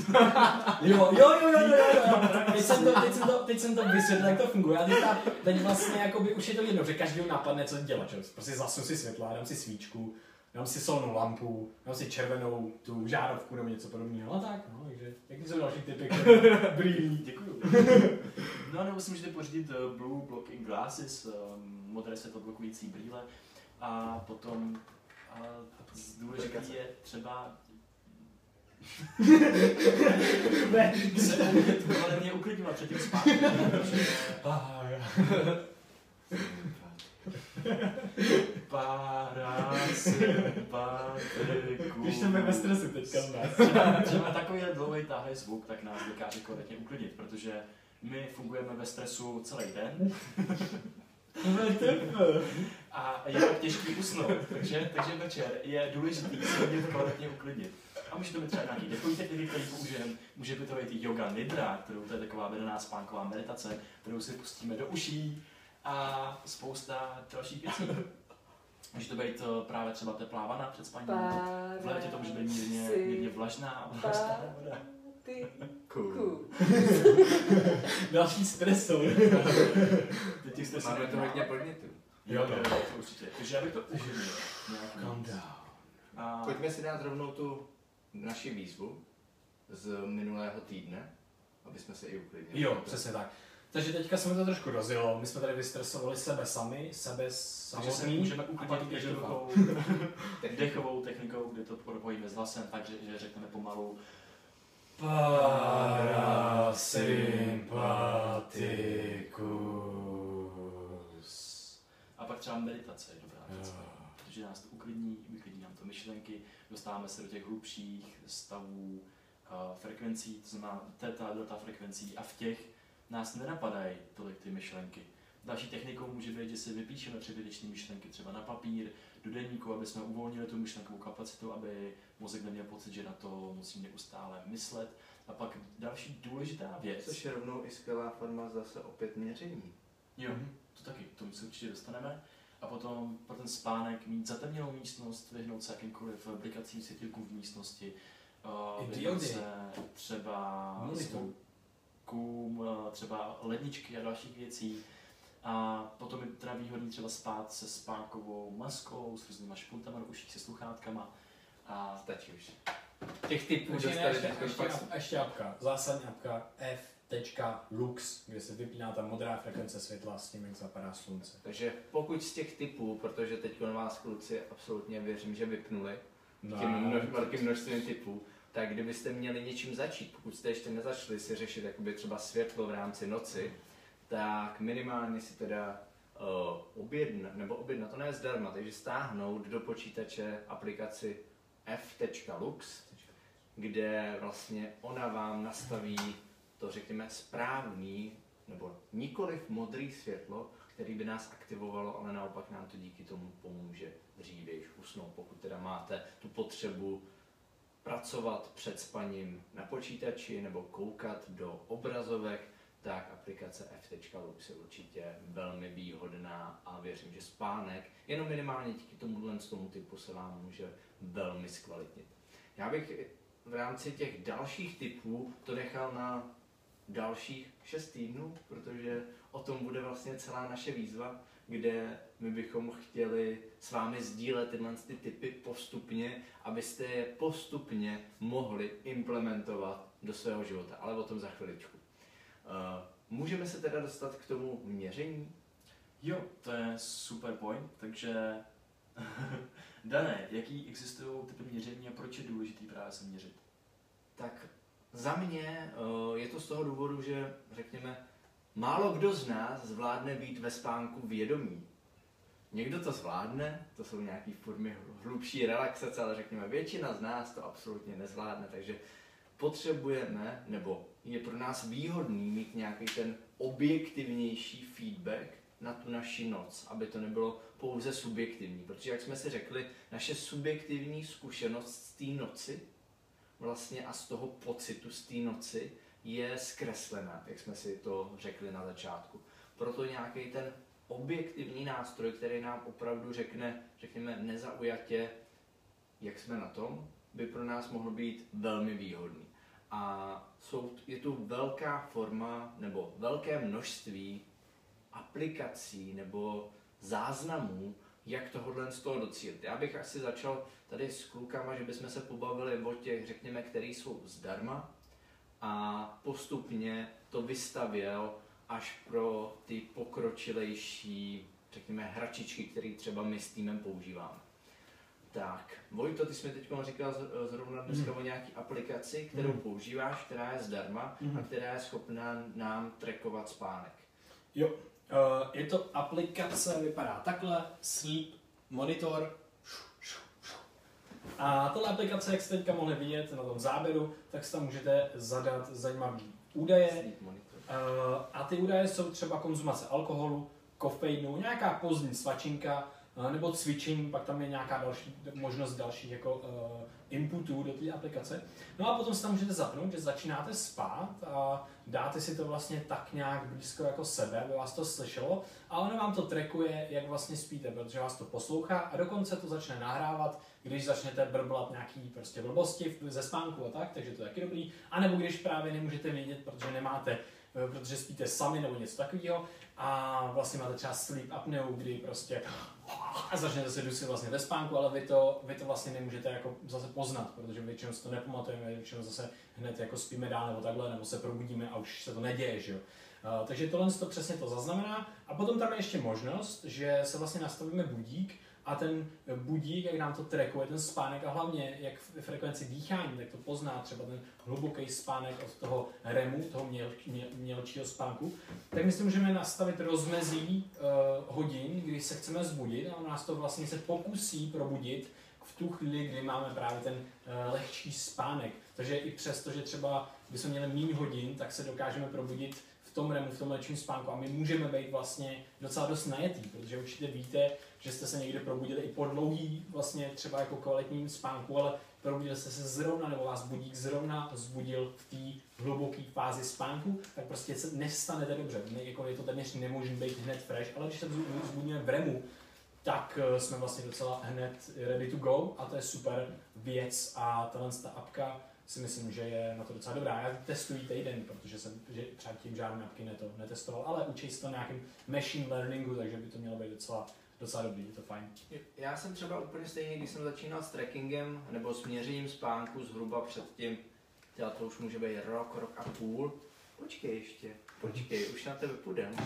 Jo, jo, jo, jo, jo, jo. Teď jsem to, teď jsem to, teď jsem to vysvětlil, jak to funguje. A teďka, teď vlastně jakoby už je to jedno, že každý napadne, co dělat. Že? Prostě zasnu si světla, dám si svíčku, dám si solnou lampu, dám si červenou tu žárovku nebo něco podobného. No tak, no, takže jaký jsou další typy, které brýlí. Děkuju. No nebo si můžete pořídit Blue Blocking Glasses, modré světloblokující brýle a potom a důležitý je třeba se umět kvalitně uklidňovat před tím spánkem. Parasympatiku. Když jsme ve stresu teďka u nás. Třeba, třeba takový dlouhý táhlý zvuk, tak nás dokáže kvalitně uklidnit, protože my fungujeme ve stresu celý den. A je tak těžký usnout, takže, takže večer je důležitý se hodně kvalitně uklidnit. A může to být třeba nějaký dechový techniky, který použijeme, může být to být yoga nidra, kterou to je taková vedená spánková meditace, kterou si pustíme do uší a spousta dalších věcí. Může to být právě třeba teplá vana před spaním, v létě to může být mírně, mírně vlažná, vlažná voda. Ty Cool. Další stresor. Teď jste si Máme to hodně podnětů. Jo, jo, to určitě. Takže já bych to užil. Calm down. A Pojďme si dát rovnou tu naši výzvu z minulého týdne, aby jsme se i uklidnili. Jo, přesně tak. Takže teďka jsme to trošku rozjelo, my jsme tady vystresovali sebe sami, sebe takže se samotný. můžeme a uklidnit pak jednoduchou dechovou technikou, kde to propojíme s hlasem, takže že řekneme pomalu Parasympatikus. a pak třeba meditace je dobrá věc, protože nás to uklidní, uklidní nám to myšlenky, dostáváme se do těch hlubších stavů, uh, frekvencí, to znamená theta, delta frekvencí a v těch nás nenapadají tolik ty myšlenky. Další technikou může být, že si vypíšeme přebytečné myšlenky třeba na papír, do deníku, aby jsme uvolnili tu myšlenkovou kapacitu, aby mozek neměl pocit, že na to musí neustále myslet. A pak další důležitá věc. Což je rovnou i skvělá forma zase opět měření. Jo, to taky, k tomu se určitě dostaneme. A potom pro ten spánek mít zatemněnou místnost, vyhnout se jakýmkoliv blikacím světilkům v místnosti, uh, vyhnout se třeba zvukům, třeba ledničky a dalších věcí. A potom je teda výhodný třeba spát se spánkovou maskou, s různýma špuntama do uší, se sluchátkama. A Stačí už. Těch typů Ještě, dostali ještě, ještě, ještě, ap- ještě apka, zásadní apka F tečka lux, kde se vypíná ta modrá frekvence světla s tím, jak zapadá slunce. Takže pokud z těch typů, protože teď vás kluci absolutně věřím, že vypnuli No, tím množ, velkým množstvím typů, tak kdybyste měli něčím začít, pokud jste ještě nezačali si řešit jakoby třeba světlo v rámci noci, tak minimálně si teda uh, objednat, nebo objednat, to ne je zdarma, takže stáhnout do počítače aplikaci F tečka lux, kde vlastně ona vám nastaví to, řekněme, správný, nebo nikoliv modrý světlo, který by nás aktivovalo, ale naopak nám to díky tomu pomůže dřívěji usnout. Pokud teda máte tu potřebu pracovat před spaním na počítači nebo koukat do obrazovek, tak aplikace F tečka lux je určitě velmi výhodná a věřím, že spánek jenom minimálně díky tomuhle tomu typu se vám může velmi zkvalitnit. Já bych v rámci těch dalších typů to nechal na dalších šest týdnů, protože o tom bude vlastně celá naše výzva, kde my bychom chtěli s vámi sdílet tyhle ty typy postupně, abyste je postupně mohli implementovat do svého života, ale o tom za chviličku. Můžeme se teda dostat k tomu měření? jo, to je super point, takže Dané, jaký existují typy měření a proč je důležitý právě se měřit? Tak za mě je to z toho důvodu, že řekněme, málo kdo z nás zvládne být ve spánku vědomí. Někdo to zvládne, to jsou nějaké formy hlubší relaxace, ale řekněme, většina z nás to absolutně nezvládne, takže potřebujeme, nebo je pro nás výhodný mít nějaký ten objektivnější feedback na tu naši noc, aby to nebylo pouze subjektivní, protože jak jsme si řekli, naše subjektivní zkušenost z té noci vlastně a z toho pocitu z té noci je zkreslená, jak jsme si to řekli na začátku. Proto nějaký ten objektivní nástroj, který nám opravdu řekne, řekněme, nezaujatě, jak jsme na tom, by pro nás mohl být velmi výhodný. A jsou, je tu velká forma nebo velké množství aplikací nebo záznamů, jak tohohle z toho docílit. Já bych asi začal tady s klukama, že bychom se pobavili o těch, řekněme, které jsou zdarma a postupně to vystavěl až pro ty pokročilejší, řekněme, hračičky, které třeba my s týmem používáme. Tak, Vojto, ty jsi mi teď říkal zrovna dneska mm. o nějaký aplikaci, kterou mm. používáš, která je zdarma mm. a která je schopná nám trackovat spánek. Jo, uh, je to aplikace, vypadá takhle, Sleep Monitor. A tato aplikace, jak jste teďka mohli vidět na tom záběru, tak si tam můžete zadat zajímavé údaje. Sleep Monitor. Uh, a ty údaje jsou třeba konzumace alkoholu, kofeinu, nějaká pozdní svačinka, uh, nebo cvičení, pak tam je nějaká další možnost dalších jako uh, inputů do té aplikace. No a potom si tam můžete zapnout, že začínáte spát a dáte si to vlastně tak nějak blízko jako sebe, aby vás to slyšelo, a ono vám to trackuje, jak vlastně spíte, protože vás to poslouchá a dokonce to začne nahrávat, když začnete brblat nějaký prostě blbosti ze spánku a tak, takže to je taky dobrý. A nebo když právě nemůžete vědět, protože nemáte, protože spíte sami nebo něco takového a vlastně máte třeba sleep apneu, kdy prostě a začnete se dusit vlastně ve spánku, ale vy to, vy to vlastně nemůžete jako zase poznat, protože většinou si to nepamatujeme, většinou zase hned jako spíme dál nebo takhle, nebo se probudíme a už se to neděje, že jo. Uh, takže tohle to přesně to zaznamená a potom tam je ještě možnost, že se vlastně nastavíme budík a ten budík, jak nám to trackuje, ten spánek a hlavně jak v frekvenci dýchání, tak to pozná třeba ten hluboký spánek od toho R E M u, toho měl, měl, mělčího spánku, tak my si můžeme nastavit rozmezí uh, hodin, kdy se chceme zbudit a nás to vlastně se pokusí probudit v tu chvíli, kdy máme právě ten uh, lehčí spánek. Takže i přesto, že třeba bychom měli méně hodin, tak se dokážeme probudit v tom R E M u, v tom lehčím spánku a my můžeme být vlastně docela dost najetý, protože určitě víte, že jste se někde probudili i po dlouhý vlastně třeba jako kvalitním spánku, ale probudili jste se zrovna, nebo vás budík zrovna zbudil v té hluboké fázi spánku, tak prostě se nestanete dobře. Jako je to téměř nemožné být hned fresh, ale když se zbudíme v R E M u, tak jsme vlastně docela hned ready to go a to je super věc a tahle ta apka si myslím, že je na to docela dobrá. Já testuji týden, protože jsem že předtím žádné apky neto, netestoval, ale učí se to nějakým machine learningu, takže by to mělo být docela, docela dobrý, je to fajn. Já jsem třeba úplně stejně, když jsem začínal s trackingem nebo s měřením spánku zhruba předtím, těla to už může být rok, rok a půl. Počkej ještě, počkej, už na tebe půjdem.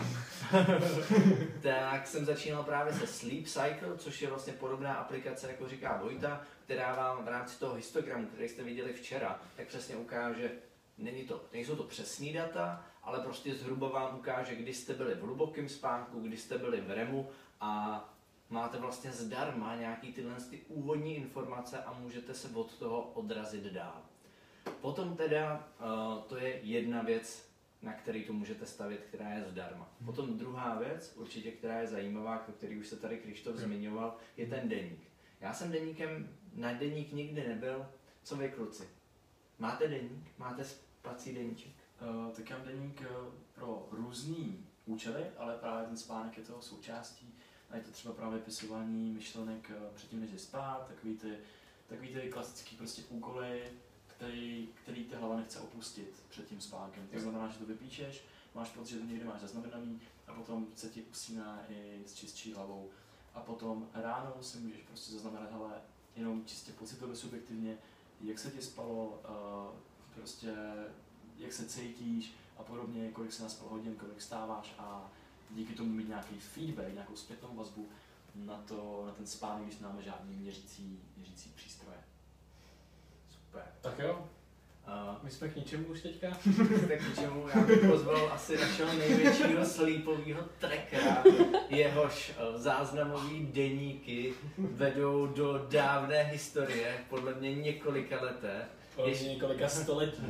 Tak jsem začínal právě se Sleep Cycle, což je vlastně podobná aplikace, jako říká Vojta, která vám v rámci toho histogramu, který jste viděli včera, tak přesně ukáže, není to, nejsou to přesný data, ale prostě zhruba vám ukáže, kdy jste byli v hlubokém spánku, kdy jste byli v REMu a máte vlastně zdarma nějaký tyhle ty úvodní informace a můžete se od toho odrazit dál. Potom teda uh, to je jedna věc, na který to můžete stavět, která je zdarma. Potom druhá věc, určitě, která je zajímavá, o který už se tady Krištof zmiňoval, je ten deník. Já jsem deníkem na deník nikdy nebyl. Co vy, kluci? Máte deník? Máte spací deníček? Uh, tak já mám deník uh, pro různý účely, ale právě ten spánek je toho součástí. A je to třeba právě vypisování myšlenek uh, předtím, než je spát, takový ty, takový ty klasický prostě úkoly, který, který ta hlava nechce opustit před tím spánkem. To znamená, že to vypíšeš, máš pocit, že to někde máš zaznamenaný a potom se ti usíná i s čistší hlavou. A potom ráno si můžeš prostě zaznamenat, hele, jenom čistě pocitově subjektivně, jak se ti spalo, uh, prostě jak se cítíš a podobně, kolik se naspal hodin, kolik stáváš a díky tomu mít nějaký feedback, nějakou zpětnou vazbu na, to, na ten spánek, když máme žádný měřící, měřící přístroje. Super. Tak jo, Uh, my jsme k ničemu už teďka. tak k čemu já bych pozval asi našeho největšího sleepového trackera, jehož uh, záznamový deníky vedou do dávné historie, podle mě několika leté. Podle mě několika století.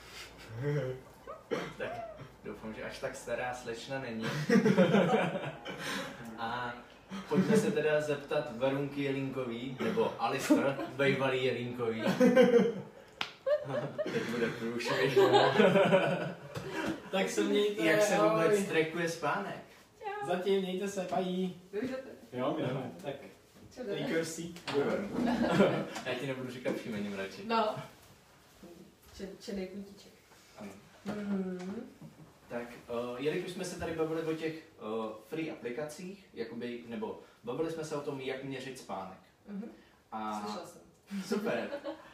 Tak doufám, že až tak stará slečna není. A pojďme se teda zeptat Verunky Jelínkový, nebo Alistair, bývalý Jelínkový. Teď bude průšvih. Tak se mějte. Jak se ahoj. vůbec trackuje spánek? Zatím mějte se, pají. Vy už jdete? Jo, my jdeme. Tak, Co jdete? take your seat. Já ti nebudu říkat příjmením radši. No. Če- Černý puntíček. Ano. Mhm. Tak, uh, jelikož jsme se tady bavili o těch uh, free aplikacích, jakoby, nebo bavili jsme se o tom, jak měřit spánek. Mhm. A Slyšela jsem. super.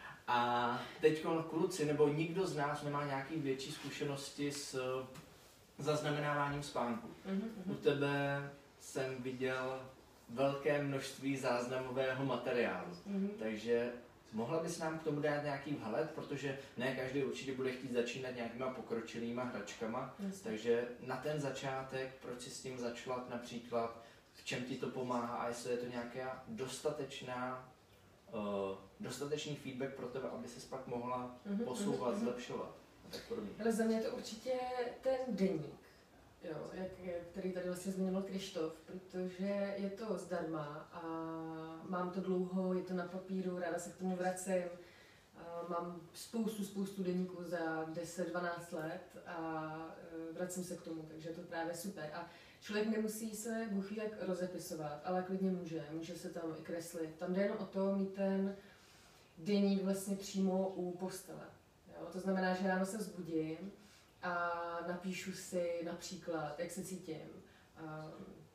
A teď kluci, nebo nikdo z nás nemá nějaký větší zkušenosti s uh, zaznamenáváním spánku. Mhm, U mhm. tebe jsem viděl velké množství záznamového materiálu. Mhm. Takže mohla bys nám k tomu dát nějaký vhled, protože ne každý určitě bude chtít začínat nějakýma pokročilýma hračkama. Jasně. Takže na ten začátek, proč si s tím začala například, v čem ti to pomáhá a jestli je to nějaká dostatečná, uh, dostatečný feedback pro tebe, aby ses pak mohla Mhm, posouvat, mhm. zlepšovat a tak podobně. Ale za mě je to určitě ten deník, jo, jak, který tady vlastně zmiňoval Krištof, protože je to zdarma a mám to dlouho, je to na papíru, ráda se k tomu vracím. A mám spoustu, spoustu deníků za deset dvanáct let a e, vracím se k tomu, takže je to právě super. A člověk nemusí se bůh ví jak rozepisovat, ale klidně může, může se tam i kreslit. Tam jde jenom o to mít ten deník vlastně přímo u postele. Jo? To znamená, že ráno se vzbudím a napíšu si například, jak se cítím. A,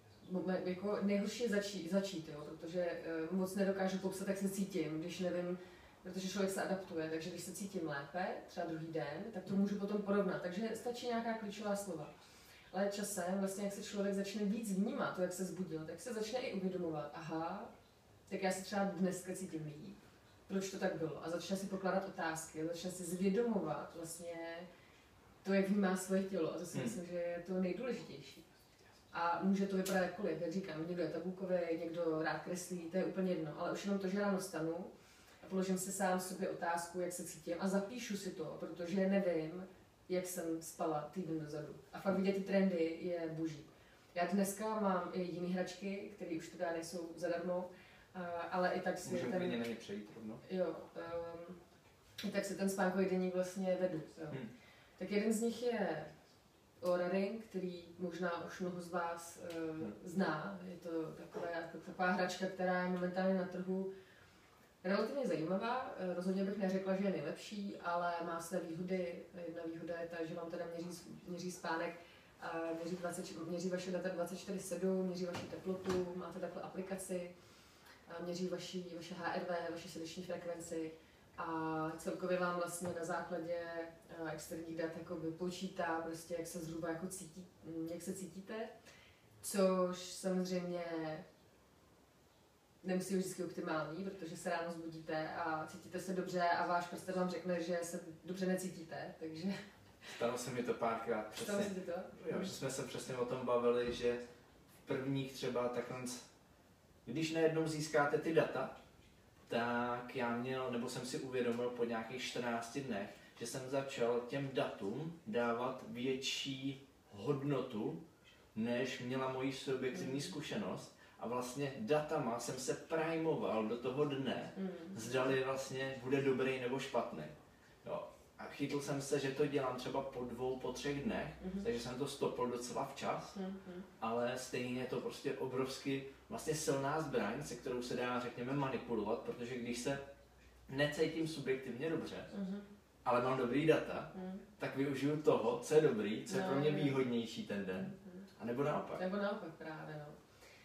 jako nejhorší je začít, začít jo? Protože uh, moc nedokážu popsat, jak se cítím, když nevím, protože člověk se adaptuje, takže když se cítím lépe, třeba druhý den, tak to můžu potom porovnat. Takže stačí nějaká klíčová slova. Ale časem, vlastně, jak se člověk začne víc vnímat, to, jak se zbudil, tak se začne i uvědomovat, aha, tak já se třeba dneska cítím líp. Proč to tak bylo? A začne si pokládat otázky, začne si zvědomovat vlastně to, jak vnímá svoje tělo. A to si Hmm. myslím, že je to nejdůležitější. A může to vypadat jakkoliv, jak říkám, někdo je tabulkový, někdo rád kreslí, to je úplně jedno. Ale už jenom to, že ráno vstanu a položím si sám sobě otázku, jak se cítím a zapíšu si to, protože nevím, jak jsem spala týden dozadu. A fakt vidět ty trendy je boží. Já dneska mám i jiné hračky, které už teda nejsou zadarmo, ale i tak si Můžeme ten... klidně na ně přejít rovno. Jo, um, i tak si ten spánkový deník vlastně vedu. Jo. Hmm. Tak jeden z nich je Oura Ring, který možná už mnoho z vás uh, Hmm. zná. Je to taková, taková hračka, která je momentálně na trhu relativně zajímavá, rozhodně bych neřekla, že je nejlepší, ale má své výhody. Jedna výhoda je ta, že vám teda měří, měří spánek, měří, dvacet, měří vaše data dvacet čtyři sedm, měří vaši teplotu, máte takhle aplikaci, měří vaši, vaše H R V, vaši srdeční frekvenci a celkově vám vlastně na základě externích dat jako vypočítá, prostě, jak se zhruba jako cítí, jak se cítíte, což samozřejmě nemusí být vždycky optimální, protože se ráno zbudíte a cítíte se dobře a váš prsten vám řekne, že se dobře necítíte, takže... Stalo se mi to párkrát přesně. Stalo se ti to? Jo, že jsme se přesně o tom bavili, že v prvních třeba takhle, když najednou získáte ty data, tak já měl, nebo jsem si uvědomil po nějakých čtrnácti dnech, že jsem začal těm datům dávat větší hodnotu, než měla moji subjektivní zkušenost. A vlastně datama jsem se primeoval do toho dne, mm. zdali vlastně bude dobrý nebo špatný. Jo. A chytl jsem se, že to dělám třeba po dvou, po třech dnech, mm. takže jsem to stopl docela včas, mm. ale stejně je to prostě obrovsky vlastně silná zbraň, se kterou se dá, řekněme, manipulovat, protože když se necítím subjektivně dobře, mm. ale mám dobrý data, mm. tak využiju toho, co je dobrý, co je no, pro mě výhodnější ten den. Mm. A nebo naopak. Nebo naopak právě, no.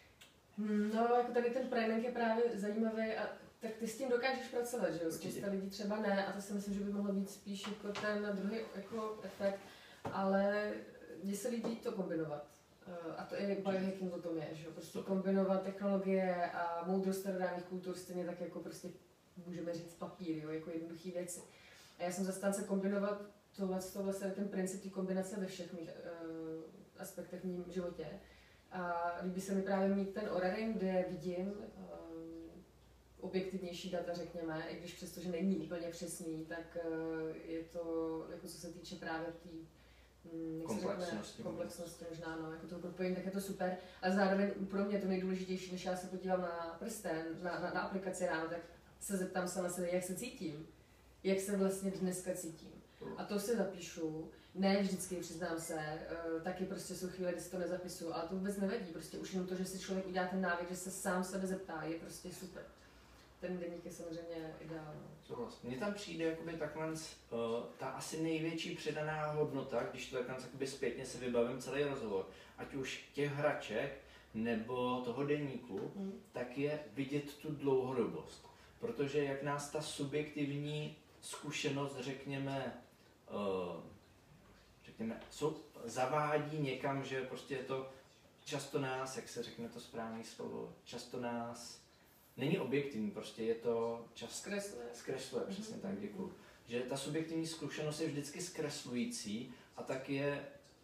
No, jako tady ten priming je právě zajímavý a tak ty s tím dokážeš pracovat, že jo? Spousta lidí třeba ne a to si myslím, že by mohlo být spíš jako ten druhý jako efekt, ale mně se líbí to kombinovat. A to i biohacking o tom je, že jo? Prostě kombinovat technologie a moudrost starodávných kultur stejně tak jako prostě můžeme říct papír, jo? Jako jednoduché věci. A já jsem zastánce kombinovat tohle, vlastně ten princip té kombinace ve všech mých uh, aspektech v mém životě. A líbí se mi právě mít ten Oura Ring, kde vidím um, objektivnější data, řekněme, i když přesto, že není úplně přesný, tak uh, je to, jako co se týče právě té um, komplexnosti, komplexnosti možná, no, jako toho propojení, tak je to super. A zároveň pro mě to nejdůležitější, než já se podívám na prsten, na, na, na aplikaci ráno, tak se zeptám se na sebe, jak se cítím, jak se vlastně dneska cítím. A to si zapíšu. Ne vždycky, přiznám se, taky prostě jsou chvíle, kdy si to nezapisuju, ale to vůbec nevadí, prostě už jenom to, že si člověk udělá ten návyk, že se sám sebe zeptá, je prostě super. Ten deník je samozřejmě ideální. Mně tam přijde jakoby takhle uh, ta asi největší přidaná hodnota, když to takhle jakoby zpětně si vybavím celý rozhovor, ať už těch hraček nebo toho deníku, hmm. tak je vidět tu dlouhodobost. Protože jak nás ta subjektivní zkušenost, řekněme, uh, řekněme, jsou, zavádí někam, že prostě je to často nás, jak se řekne to správné slovo, často nás, není objektivní, prostě je to často zkresluje, zkresluje přesně mm-hmm. tak, děkuju. Že ta subjektivní zkušenost je vždycky zkreslující a tak je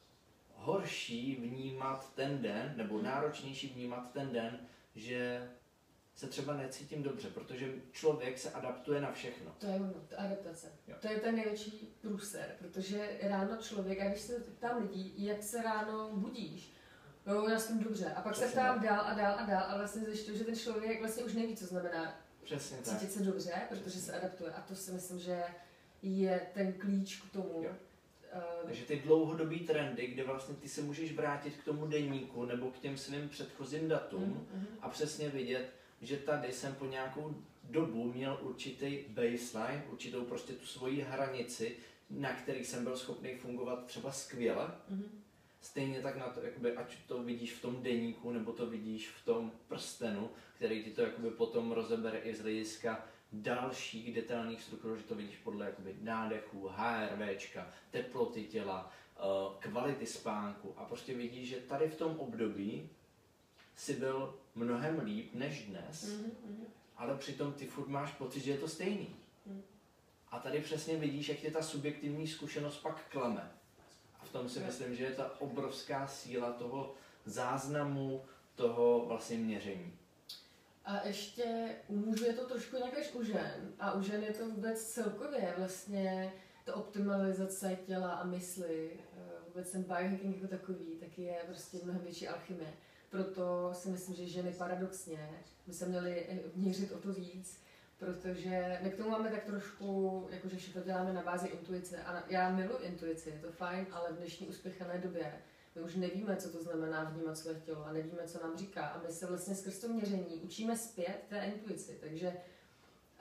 horší vnímat ten den, nebo náročnější vnímat ten den, že se třeba necítím dobře, protože člověk se adaptuje na všechno. To je ono, to adaptace. Jo. To je ten největší průser, protože ráno člověk, a když se ptám lidí, jak se ráno budíš, jo, já jsem dobře, a pak Přesně se ptám tak. dál a dál a dál a vlastně zjišťuju, že ten člověk vlastně už neví, co znamená Přesně cítit tak. se dobře, protože Přesně. se adaptuje a to si myslím, že je ten klíč k tomu. Jo. Takže ty dlouhodobý trendy, kde vlastně ty se můžeš vrátit k tomu deníku nebo k těm svým předchozím datům mm-hmm. a přesně vidět, že tady jsem po nějakou dobu měl určitý baseline, určitou prostě tu svoji hranici, na který jsem byl schopný fungovat třeba skvěle. Mm-hmm. Stejně tak na to, jakoby, ať to vidíš v tom deníku, nebo to vidíš v tom prstenu, který ti to jakoby potom rozebere i z hlediska dalších detailních struktur, že to vidíš podle jakoby nádechů, HRVčka, teploty těla, kvality spánku a prostě vidíš, že tady v tom období si byl mnohem líp než dnes, mm-hmm. ale přitom ty furt máš pocit, že je to stejný. Mm. A tady přesně vidíš, jak tě ta subjektivní zkušenost pak klame. A v tom si myslím, že je ta obrovská síla toho záznamu, toho vlastně měření. A ještě u mužů je to trošku jinak než u žen. A u žen je to vůbec celkově vlastně ta optimalizace těla a mysli. Vůbec ten biohacking jako takový, taky je prostě mnohem větší alchymie. Proto si myslím, že ženy paradoxně by se měly měřit o to víc, protože my k tomu máme tak trošku, jakože všechno děláme na bázi intuice. A já miluji intuici, je to fajn, ale v dnešní uspěchané době my už nevíme, co to znamená vnímat své tělo a nevíme, co nám říká. A my se vlastně skrz to měření učíme zpět té intuici. Takže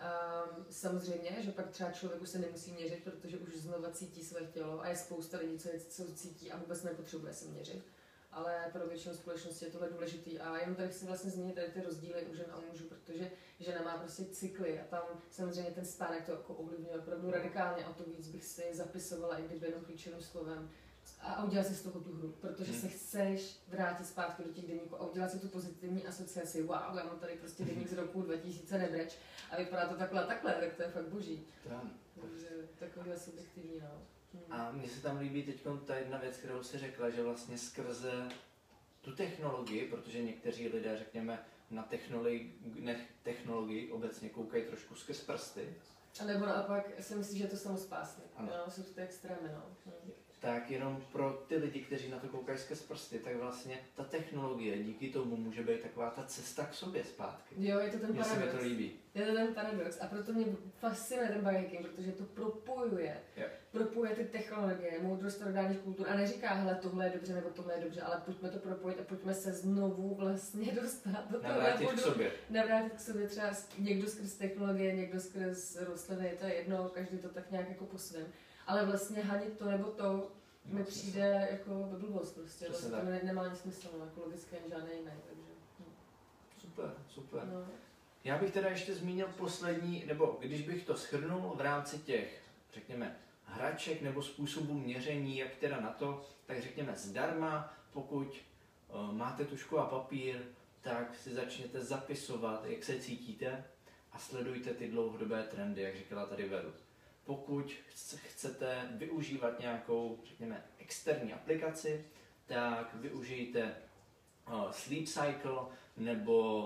Um, samozřejmě, že pak třeba člověku se nemusí měřit, protože už znova cítí své tělo a je spousta lidí, co, je, co cítí a vůbec nepotřebuje se měřit. Ale pro většinu společnosti je tohle důležitý a jenom tady chci vlastně změnit tady ty rozdíly u žen a mužů, protože žena má prostě cykly a tam samozřejmě ten spánek to jako ovlivňuje opravdu radikálně a to víc bych si zapisovala, i kdyby jenom klíčovým slovem a udělat si z toho tu hru, protože hmm. se chceš vrátit zpátky do těch deníků a udělat si tu pozitivní asociaci. Wow, já mám tady prostě deník z roku dva tisíce nebreč a vypadá to takhle a takhle, tak to je fakt boží. Takže takovýhle subjektivní, no. Hmm. A mně se tam líbí teď ta jedna věc, kterou jsi řekla, že vlastně skrze tu technologii, protože někteří lidé, řekněme, na technologii, ne, technologii obecně koukají trošku skrz prsty. A nebo naopak si myslím, že je to samospásný. No, jsou to ty extrémy, no. Hmm. Tak jenom pro ty lidi, kteří na to koukají skrz prsty, tak vlastně ta technologie díky tomu může být taková ta cesta k sobě zpátky. Jo, je to ten Mně paradox. se mi to líbí. Je to ten paradox a proto mě fascinuje ten biohacking, protože to propojuje. Yeah. Propojuje ty technologie, moudrost rodálních kultur a neříká, hele, tohle je dobře nebo tohle je dobře, ale pojďme to propojit a pojďme se znovu vlastně dostat do toho. Navrátit k sobě. Navrátit k sobě třeba někdo skrz technologie, někdo skrz rostliny, to je jedno, každý to tak nějak jako po svém. Ale vlastně hanit to nebo to mi no, přijde jako blbost prostě, vlastně to ne, nemá ani smysl, no, jako logické ani žádné jiné, takže. Hm. Super, super. No. Já bych teda ještě zmínil poslední, nebo když bych to shrnul v rámci těch, řekněme, hraček nebo způsobů měření, jak teda na to, tak řekněme zdarma, pokud uh, máte tužku a papír, tak si začněte zapisovat, jak se cítíte a sledujte ty dlouhodobé trendy, jak říkala tady Veru. Pokud chcete využívat nějakou, řekněme, externí aplikaci, tak využijte uh, Sleep Cycle nebo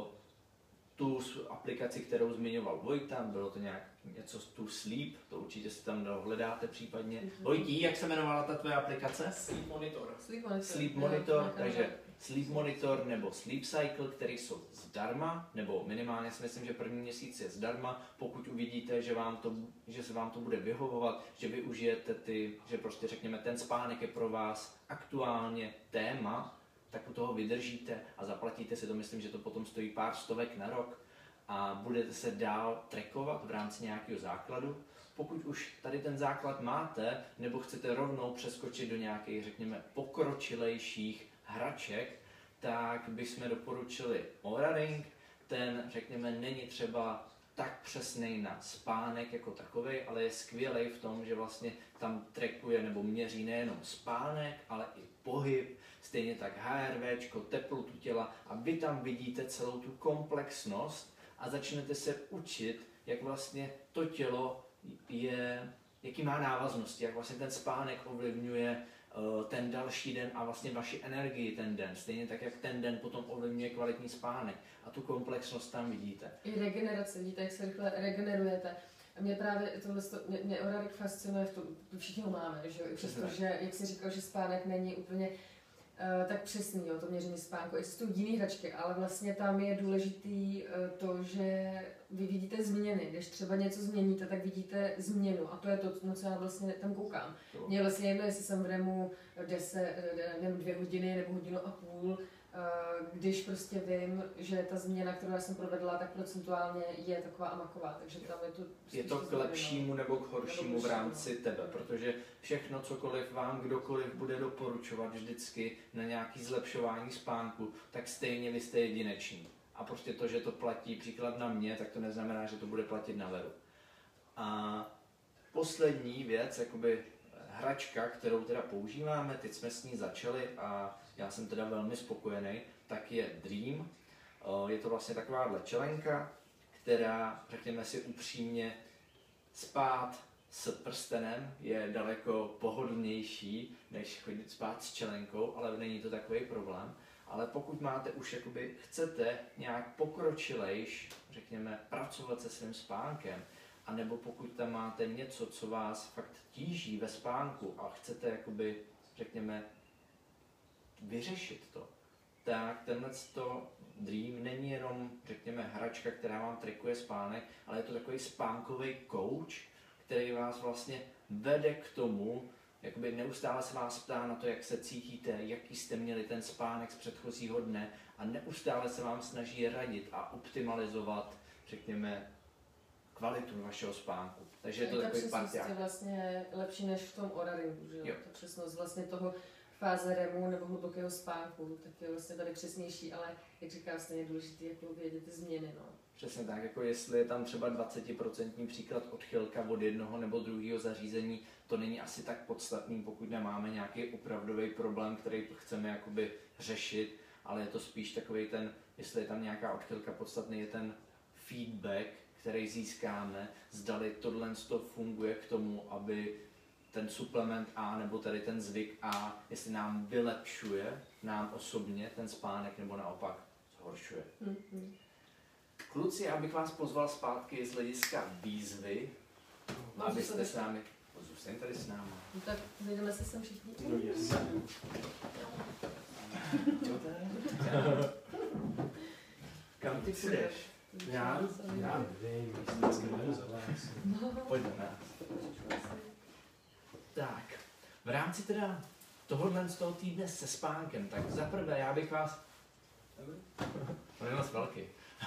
tu aplikaci, kterou zmiňoval Vojta, bylo to nějak něco tu Sleep, to určitě si tam hledáte případně. Mm-hmm. Vojtí, jak se jmenovala ta tvoje aplikace? Sleep Monitor. Sleep Monitor, Sleep Monitor jo, takže Sleep Monitor nebo Sleep Cycle, který jsou zdarma, nebo minimálně si myslím, že první měsíc je zdarma, pokud uvidíte, že, vám to, že se vám to bude vyhovovat, že využijete ty, že prostě řekněme, ten spánek je pro vás aktuálně téma, tak u toho vydržíte a zaplatíte si to, myslím, že to potom stojí pár stovek na rok a budete se dál trackovat v rámci nějakého základu. Pokud už tady ten základ máte, nebo chcete rovnou přeskočit do nějakých, řekněme, pokročilejších hraček, tak bychom doporučili Oura Ring. Ten, řekněme, není třeba tak přesnej na spánek jako takovej, ale je skvělej v tom, že vlastně tam trackuje nebo měří nejenom spánek, ale i pohyb, stejně tak HRVčko, teplotu těla a vy tam vidíte celou tu komplexnost a začnete se učit, jak vlastně to tělo je, jaký má návaznosti, jak vlastně ten spánek ovlivňuje uh, ten další den a vlastně vaši energii ten den, stejně tak, jak ten den potom ovlivňuje kvalitní spánek a tu komplexnost tam vidíte. I regenerace, vidíte, jak se rychle regenerujete. A mě právě tohle, mě, mě Oura Ring fascinuje v tom, všichni ho máme, že jo, přestože, jak jsi říkal, že spánek není úplně Uh, tak přesný, jo, to měření spánku. Existují jiné hračky, ale vlastně tam je důležitý uh, to, že vy vidíte změny. Když třeba něco změníte, tak vidíte změnu a to je to, na co já vlastně tam koukám. Mně vlastně jedno, jestli jsem v REMu deset, nevím, dvě hodiny nebo hodinu a půl, uh, když prostě vím, že ta změna, kterou já jsem provedla, tak procentuálně je taková a maková, takže tam je to... Je to k lepšímu nebo k horšímu nebo v rámci tebe, protože všechno, cokoliv vám kdokoliv bude doporučovat vždycky na nějaký zlepšování spánku, tak stejně vy jste jedineční. A prostě to, že to platí příklad na mě, tak to neznamená, že to bude platit na Veru. A poslední věc, jakoby hračka, kterou teda používáme, teď jsme s ní začali a já jsem teda velmi spokojený, tak je Dream. Je to vlastně takováhle čelenka, která, řekněme si upřímně, spát s prstenem je daleko pohodlnější, než chodit spát s čelenkou, ale není to takový problém. Ale pokud máte už, jakoby, chcete nějak pokročilejš, řekněme, pracovat se svým spánkem, anebo pokud tam máte něco, co vás fakt tíží ve spánku a chcete, jakoby, řekněme, vyřešit to, tak tenhle to Dream není jenom, řekněme, hračka, která vám trackuje spánek, ale je to takový spánkový coach, který vás vlastně vede k tomu, jakoby neustále se vás ptá na to, jak se cítíte, jaký jste měli ten spánek z předchozího dne a neustále se vám snaží radit a optimalizovat, řekněme, kvalitu vašeho spánku. Takže je to ta takový přesnost parťák. je vlastně lepší než v tom Ouraringu, že jo? Jo. Ta přesnost vlastně toho fáze R E M u nebo hlubokého spánku, tak je vlastně tady přesnější, ale jak říkám, stejně je důležité jako vědět ty změny, no. Přesně tak, jako jestli je tam třeba dvacetiprocentní příklad odchylka od jednoho nebo druhého zařízení, to není asi tak podstatný, pokud nemáme nějaký opravdový problém, který chceme jakoby řešit, ale je to spíš takový ten, jestli je tam nějaká odchylka, podstatný je ten feedback, který získáme, zdali tohle to funguje k tomu, aby ten suplement A nebo tady ten zvyk A, jestli nám vylepšuje, nám osobně ten spánek nebo naopak zhoršuje. Mm-hmm. Kluci, já bych vás pozval zpátky z hlediska výzvy, No, abyste zůstali. s námi... Zůstaň tady s námi. No tak vyjdeme se sem všichni. No yes. Kam ty půjdeš? Já, já nevím, jestli to za vás. Pojď do nás. Tak, v rámci teda tohohle z toho týdne se spánkem, tak za prvé já bych vás... On je moc velký.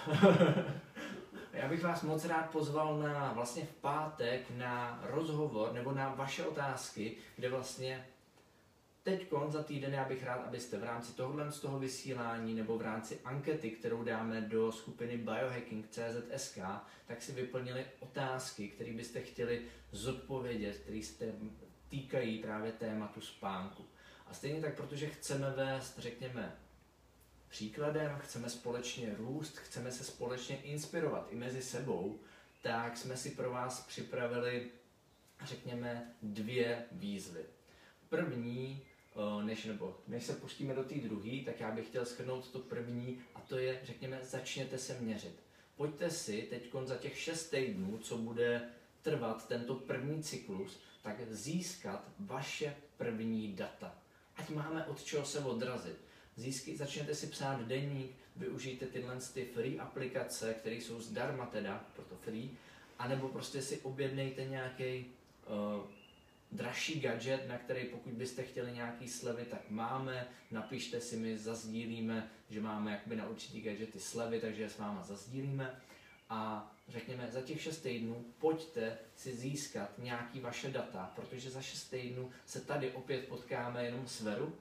Já bych vás moc rád pozval na vlastně v pátek na rozhovor nebo na vaše otázky, kde vlastně teď za týden já bych rád, abyste v rámci tohohle z toho vysílání nebo v rámci ankety, kterou dáme do skupiny biohacking tečka cé zet es ká, tak si vyplnili otázky, které byste chtěli zodpovědět, které se týkají právě tématu spánku. A stejně tak, protože chceme vést, řekněme, příkladem, chceme společně růst, chceme se společně inspirovat i mezi sebou, tak jsme si pro vás připravili, řekněme, dvě výzvy. První, než, nebo, než se pustíme do té druhé, tak já bych chtěl shrnout to první, a to je, řekněme, začněte se měřit. Pojďte si teď za těch šest týdnů, co bude trvat tento první cyklus, tak získat vaše první data. Ať máme od čeho se odrazit. Získy, začněte si psát deník, využijte tyhle ty free aplikace, které jsou zdarma teda, proto free, anebo prostě si objednejte nějaký uh, dražší gadget, na který pokud byste chtěli nějaký slevy, tak máme, napište si, my zazdílíme, že máme jakoby na určitý gadgety slevy, takže je s váma zazdílíme a řekněme, za těch šest týdnů pojďte si získat nějaký vaše data, protože za šest týdnů se tady opět potkáme jenom s Veru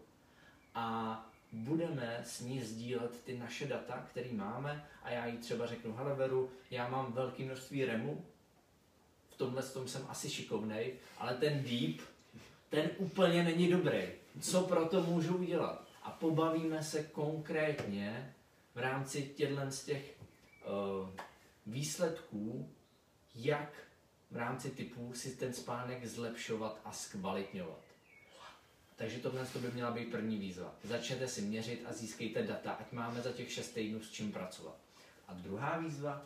a budeme s ní sdílet ty naše data, které máme a já jí třeba řeknu, hele Veru, já mám velké množství remu, v tomhle tom jsem asi šikovnej, ale ten deep, ten úplně není dobrý. Co pro to můžu udělat? A pobavíme se konkrétně v rámci těchto z těch uh, výsledků, jak v rámci typů si ten spánek zlepšovat a zkvalitňovat. Takže tohle by měla být první výzva. Začněte si měřit a získejte data, ať máme za těch šest týdnů s čím pracovat. A druhá výzva?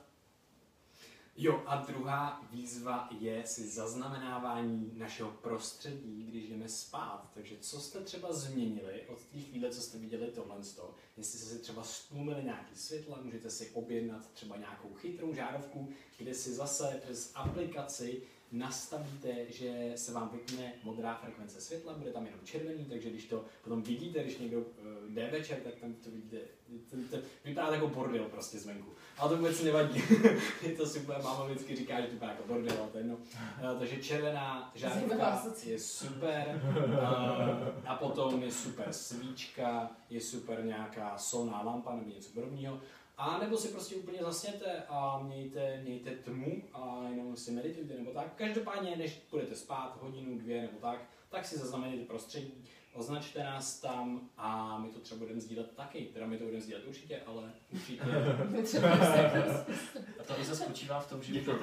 Jo, a druhá výzva je si zaznamenávání našeho prostředí, když jdeme spát. Takže co jste třeba změnili od té chvíle, co jste viděli tohle, jestli jste si třeba stlumili nějaký světla, můžete si objednat třeba nějakou chytrou žárovku, kde si zase přes aplikaci nastavíte, že se vám vypne modrá frekvence světla, bude tam jenom červený, takže když to potom vidíte, když někdo uh, jde večer, tak tam to vidíte, to, to vypadá jako bordel prostě zvenku. Ale to vůbec nevadí, je to super, máma vždycky říká, že to vypadá jako bordel, ale to je no. Uh, takže červená žárovka je super uh, a potom je super svíčka, je super nějaká solná lampa nebo něco podobného. A nebo si prostě úplně zasněte a mějte, mějte tmu a jenom si meditujte nebo tak. Každopádně, než budete spát hodinu, dvě nebo tak, tak si zaznamenejte prostředí, označte nás tam a my to třeba budeme sdílet taky. Teda my to budeme sdílet určitě, ale určitě. A to se spočívá v tom, že můžete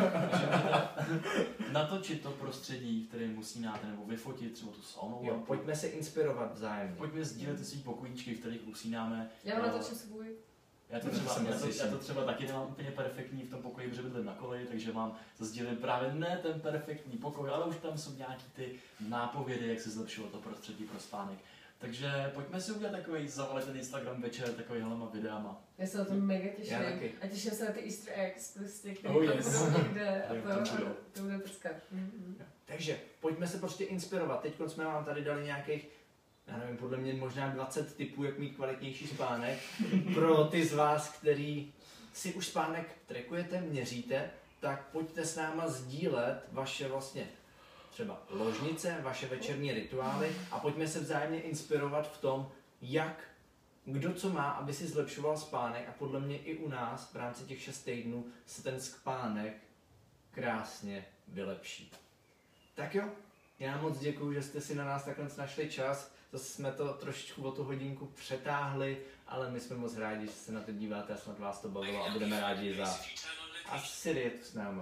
natočit to prostředí, které usínáte, nebo vyfotit třeba tu solnou Jo, lampu. pojďme se inspirovat vzájemně. Pojďme sdílet ty svý pokojíčky, v kterých usínáme. Já mám natočím svůj. Já to, třeba, já, to, já to třeba taky nemám úplně perfektní v tom pokoji, protože bydlím na koleji, takže mám zazdílen právě ne ten perfektní pokoj, ale už tam jsou nějaký ty nápovědy, jak se zlepšilo to prostředí pro spánek. Takže pojďme si udělat takový, zavolit ten Instagram večer takovýhlema videama. Já se na to mega těším. Já taky. A těším se na ty easter eggs, prostě, které Oh, tam yes. budou někde. A Jo, to, tam a budou. to bude pecka. Mm-hmm. Takže pojďme se prostě inspirovat. Teď jsme vám tady dali nějakých, já nevím, podle mě možná dvacet tipů, jak mít kvalitnější spánek. Pro ty z vás, který si už spánek trackujete, měříte, tak pojďte s náma sdílet vaše vlastně třeba ložnice, vaše večerní rituály a pojďme se vzájemně inspirovat v tom, jak kdo co má, aby si zlepšoval spánek a podle mě i u nás v rámci těch šest týdnů se ten spánek krásně vylepší. Tak jo, já moc děkuju, že jste si na nás takhle našli čas. Zase jsme to trošičku o tu hodinku přetáhli, ale my jsme moc rádi, že se na to díváte a snad vás to bavilo a budeme rádi za... A Siri je tu s náma.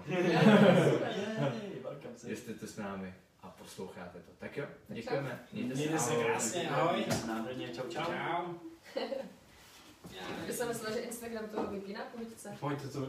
Že jste tu s námi a posloucháte to. Tak jo, děkujeme. Mějte se, Mějte se ahoj. krásně, ahoj. Nádherně, čau, čau. Čau. Já jsem myslela, že Instagram to vypíná po hoďce. Pojďte to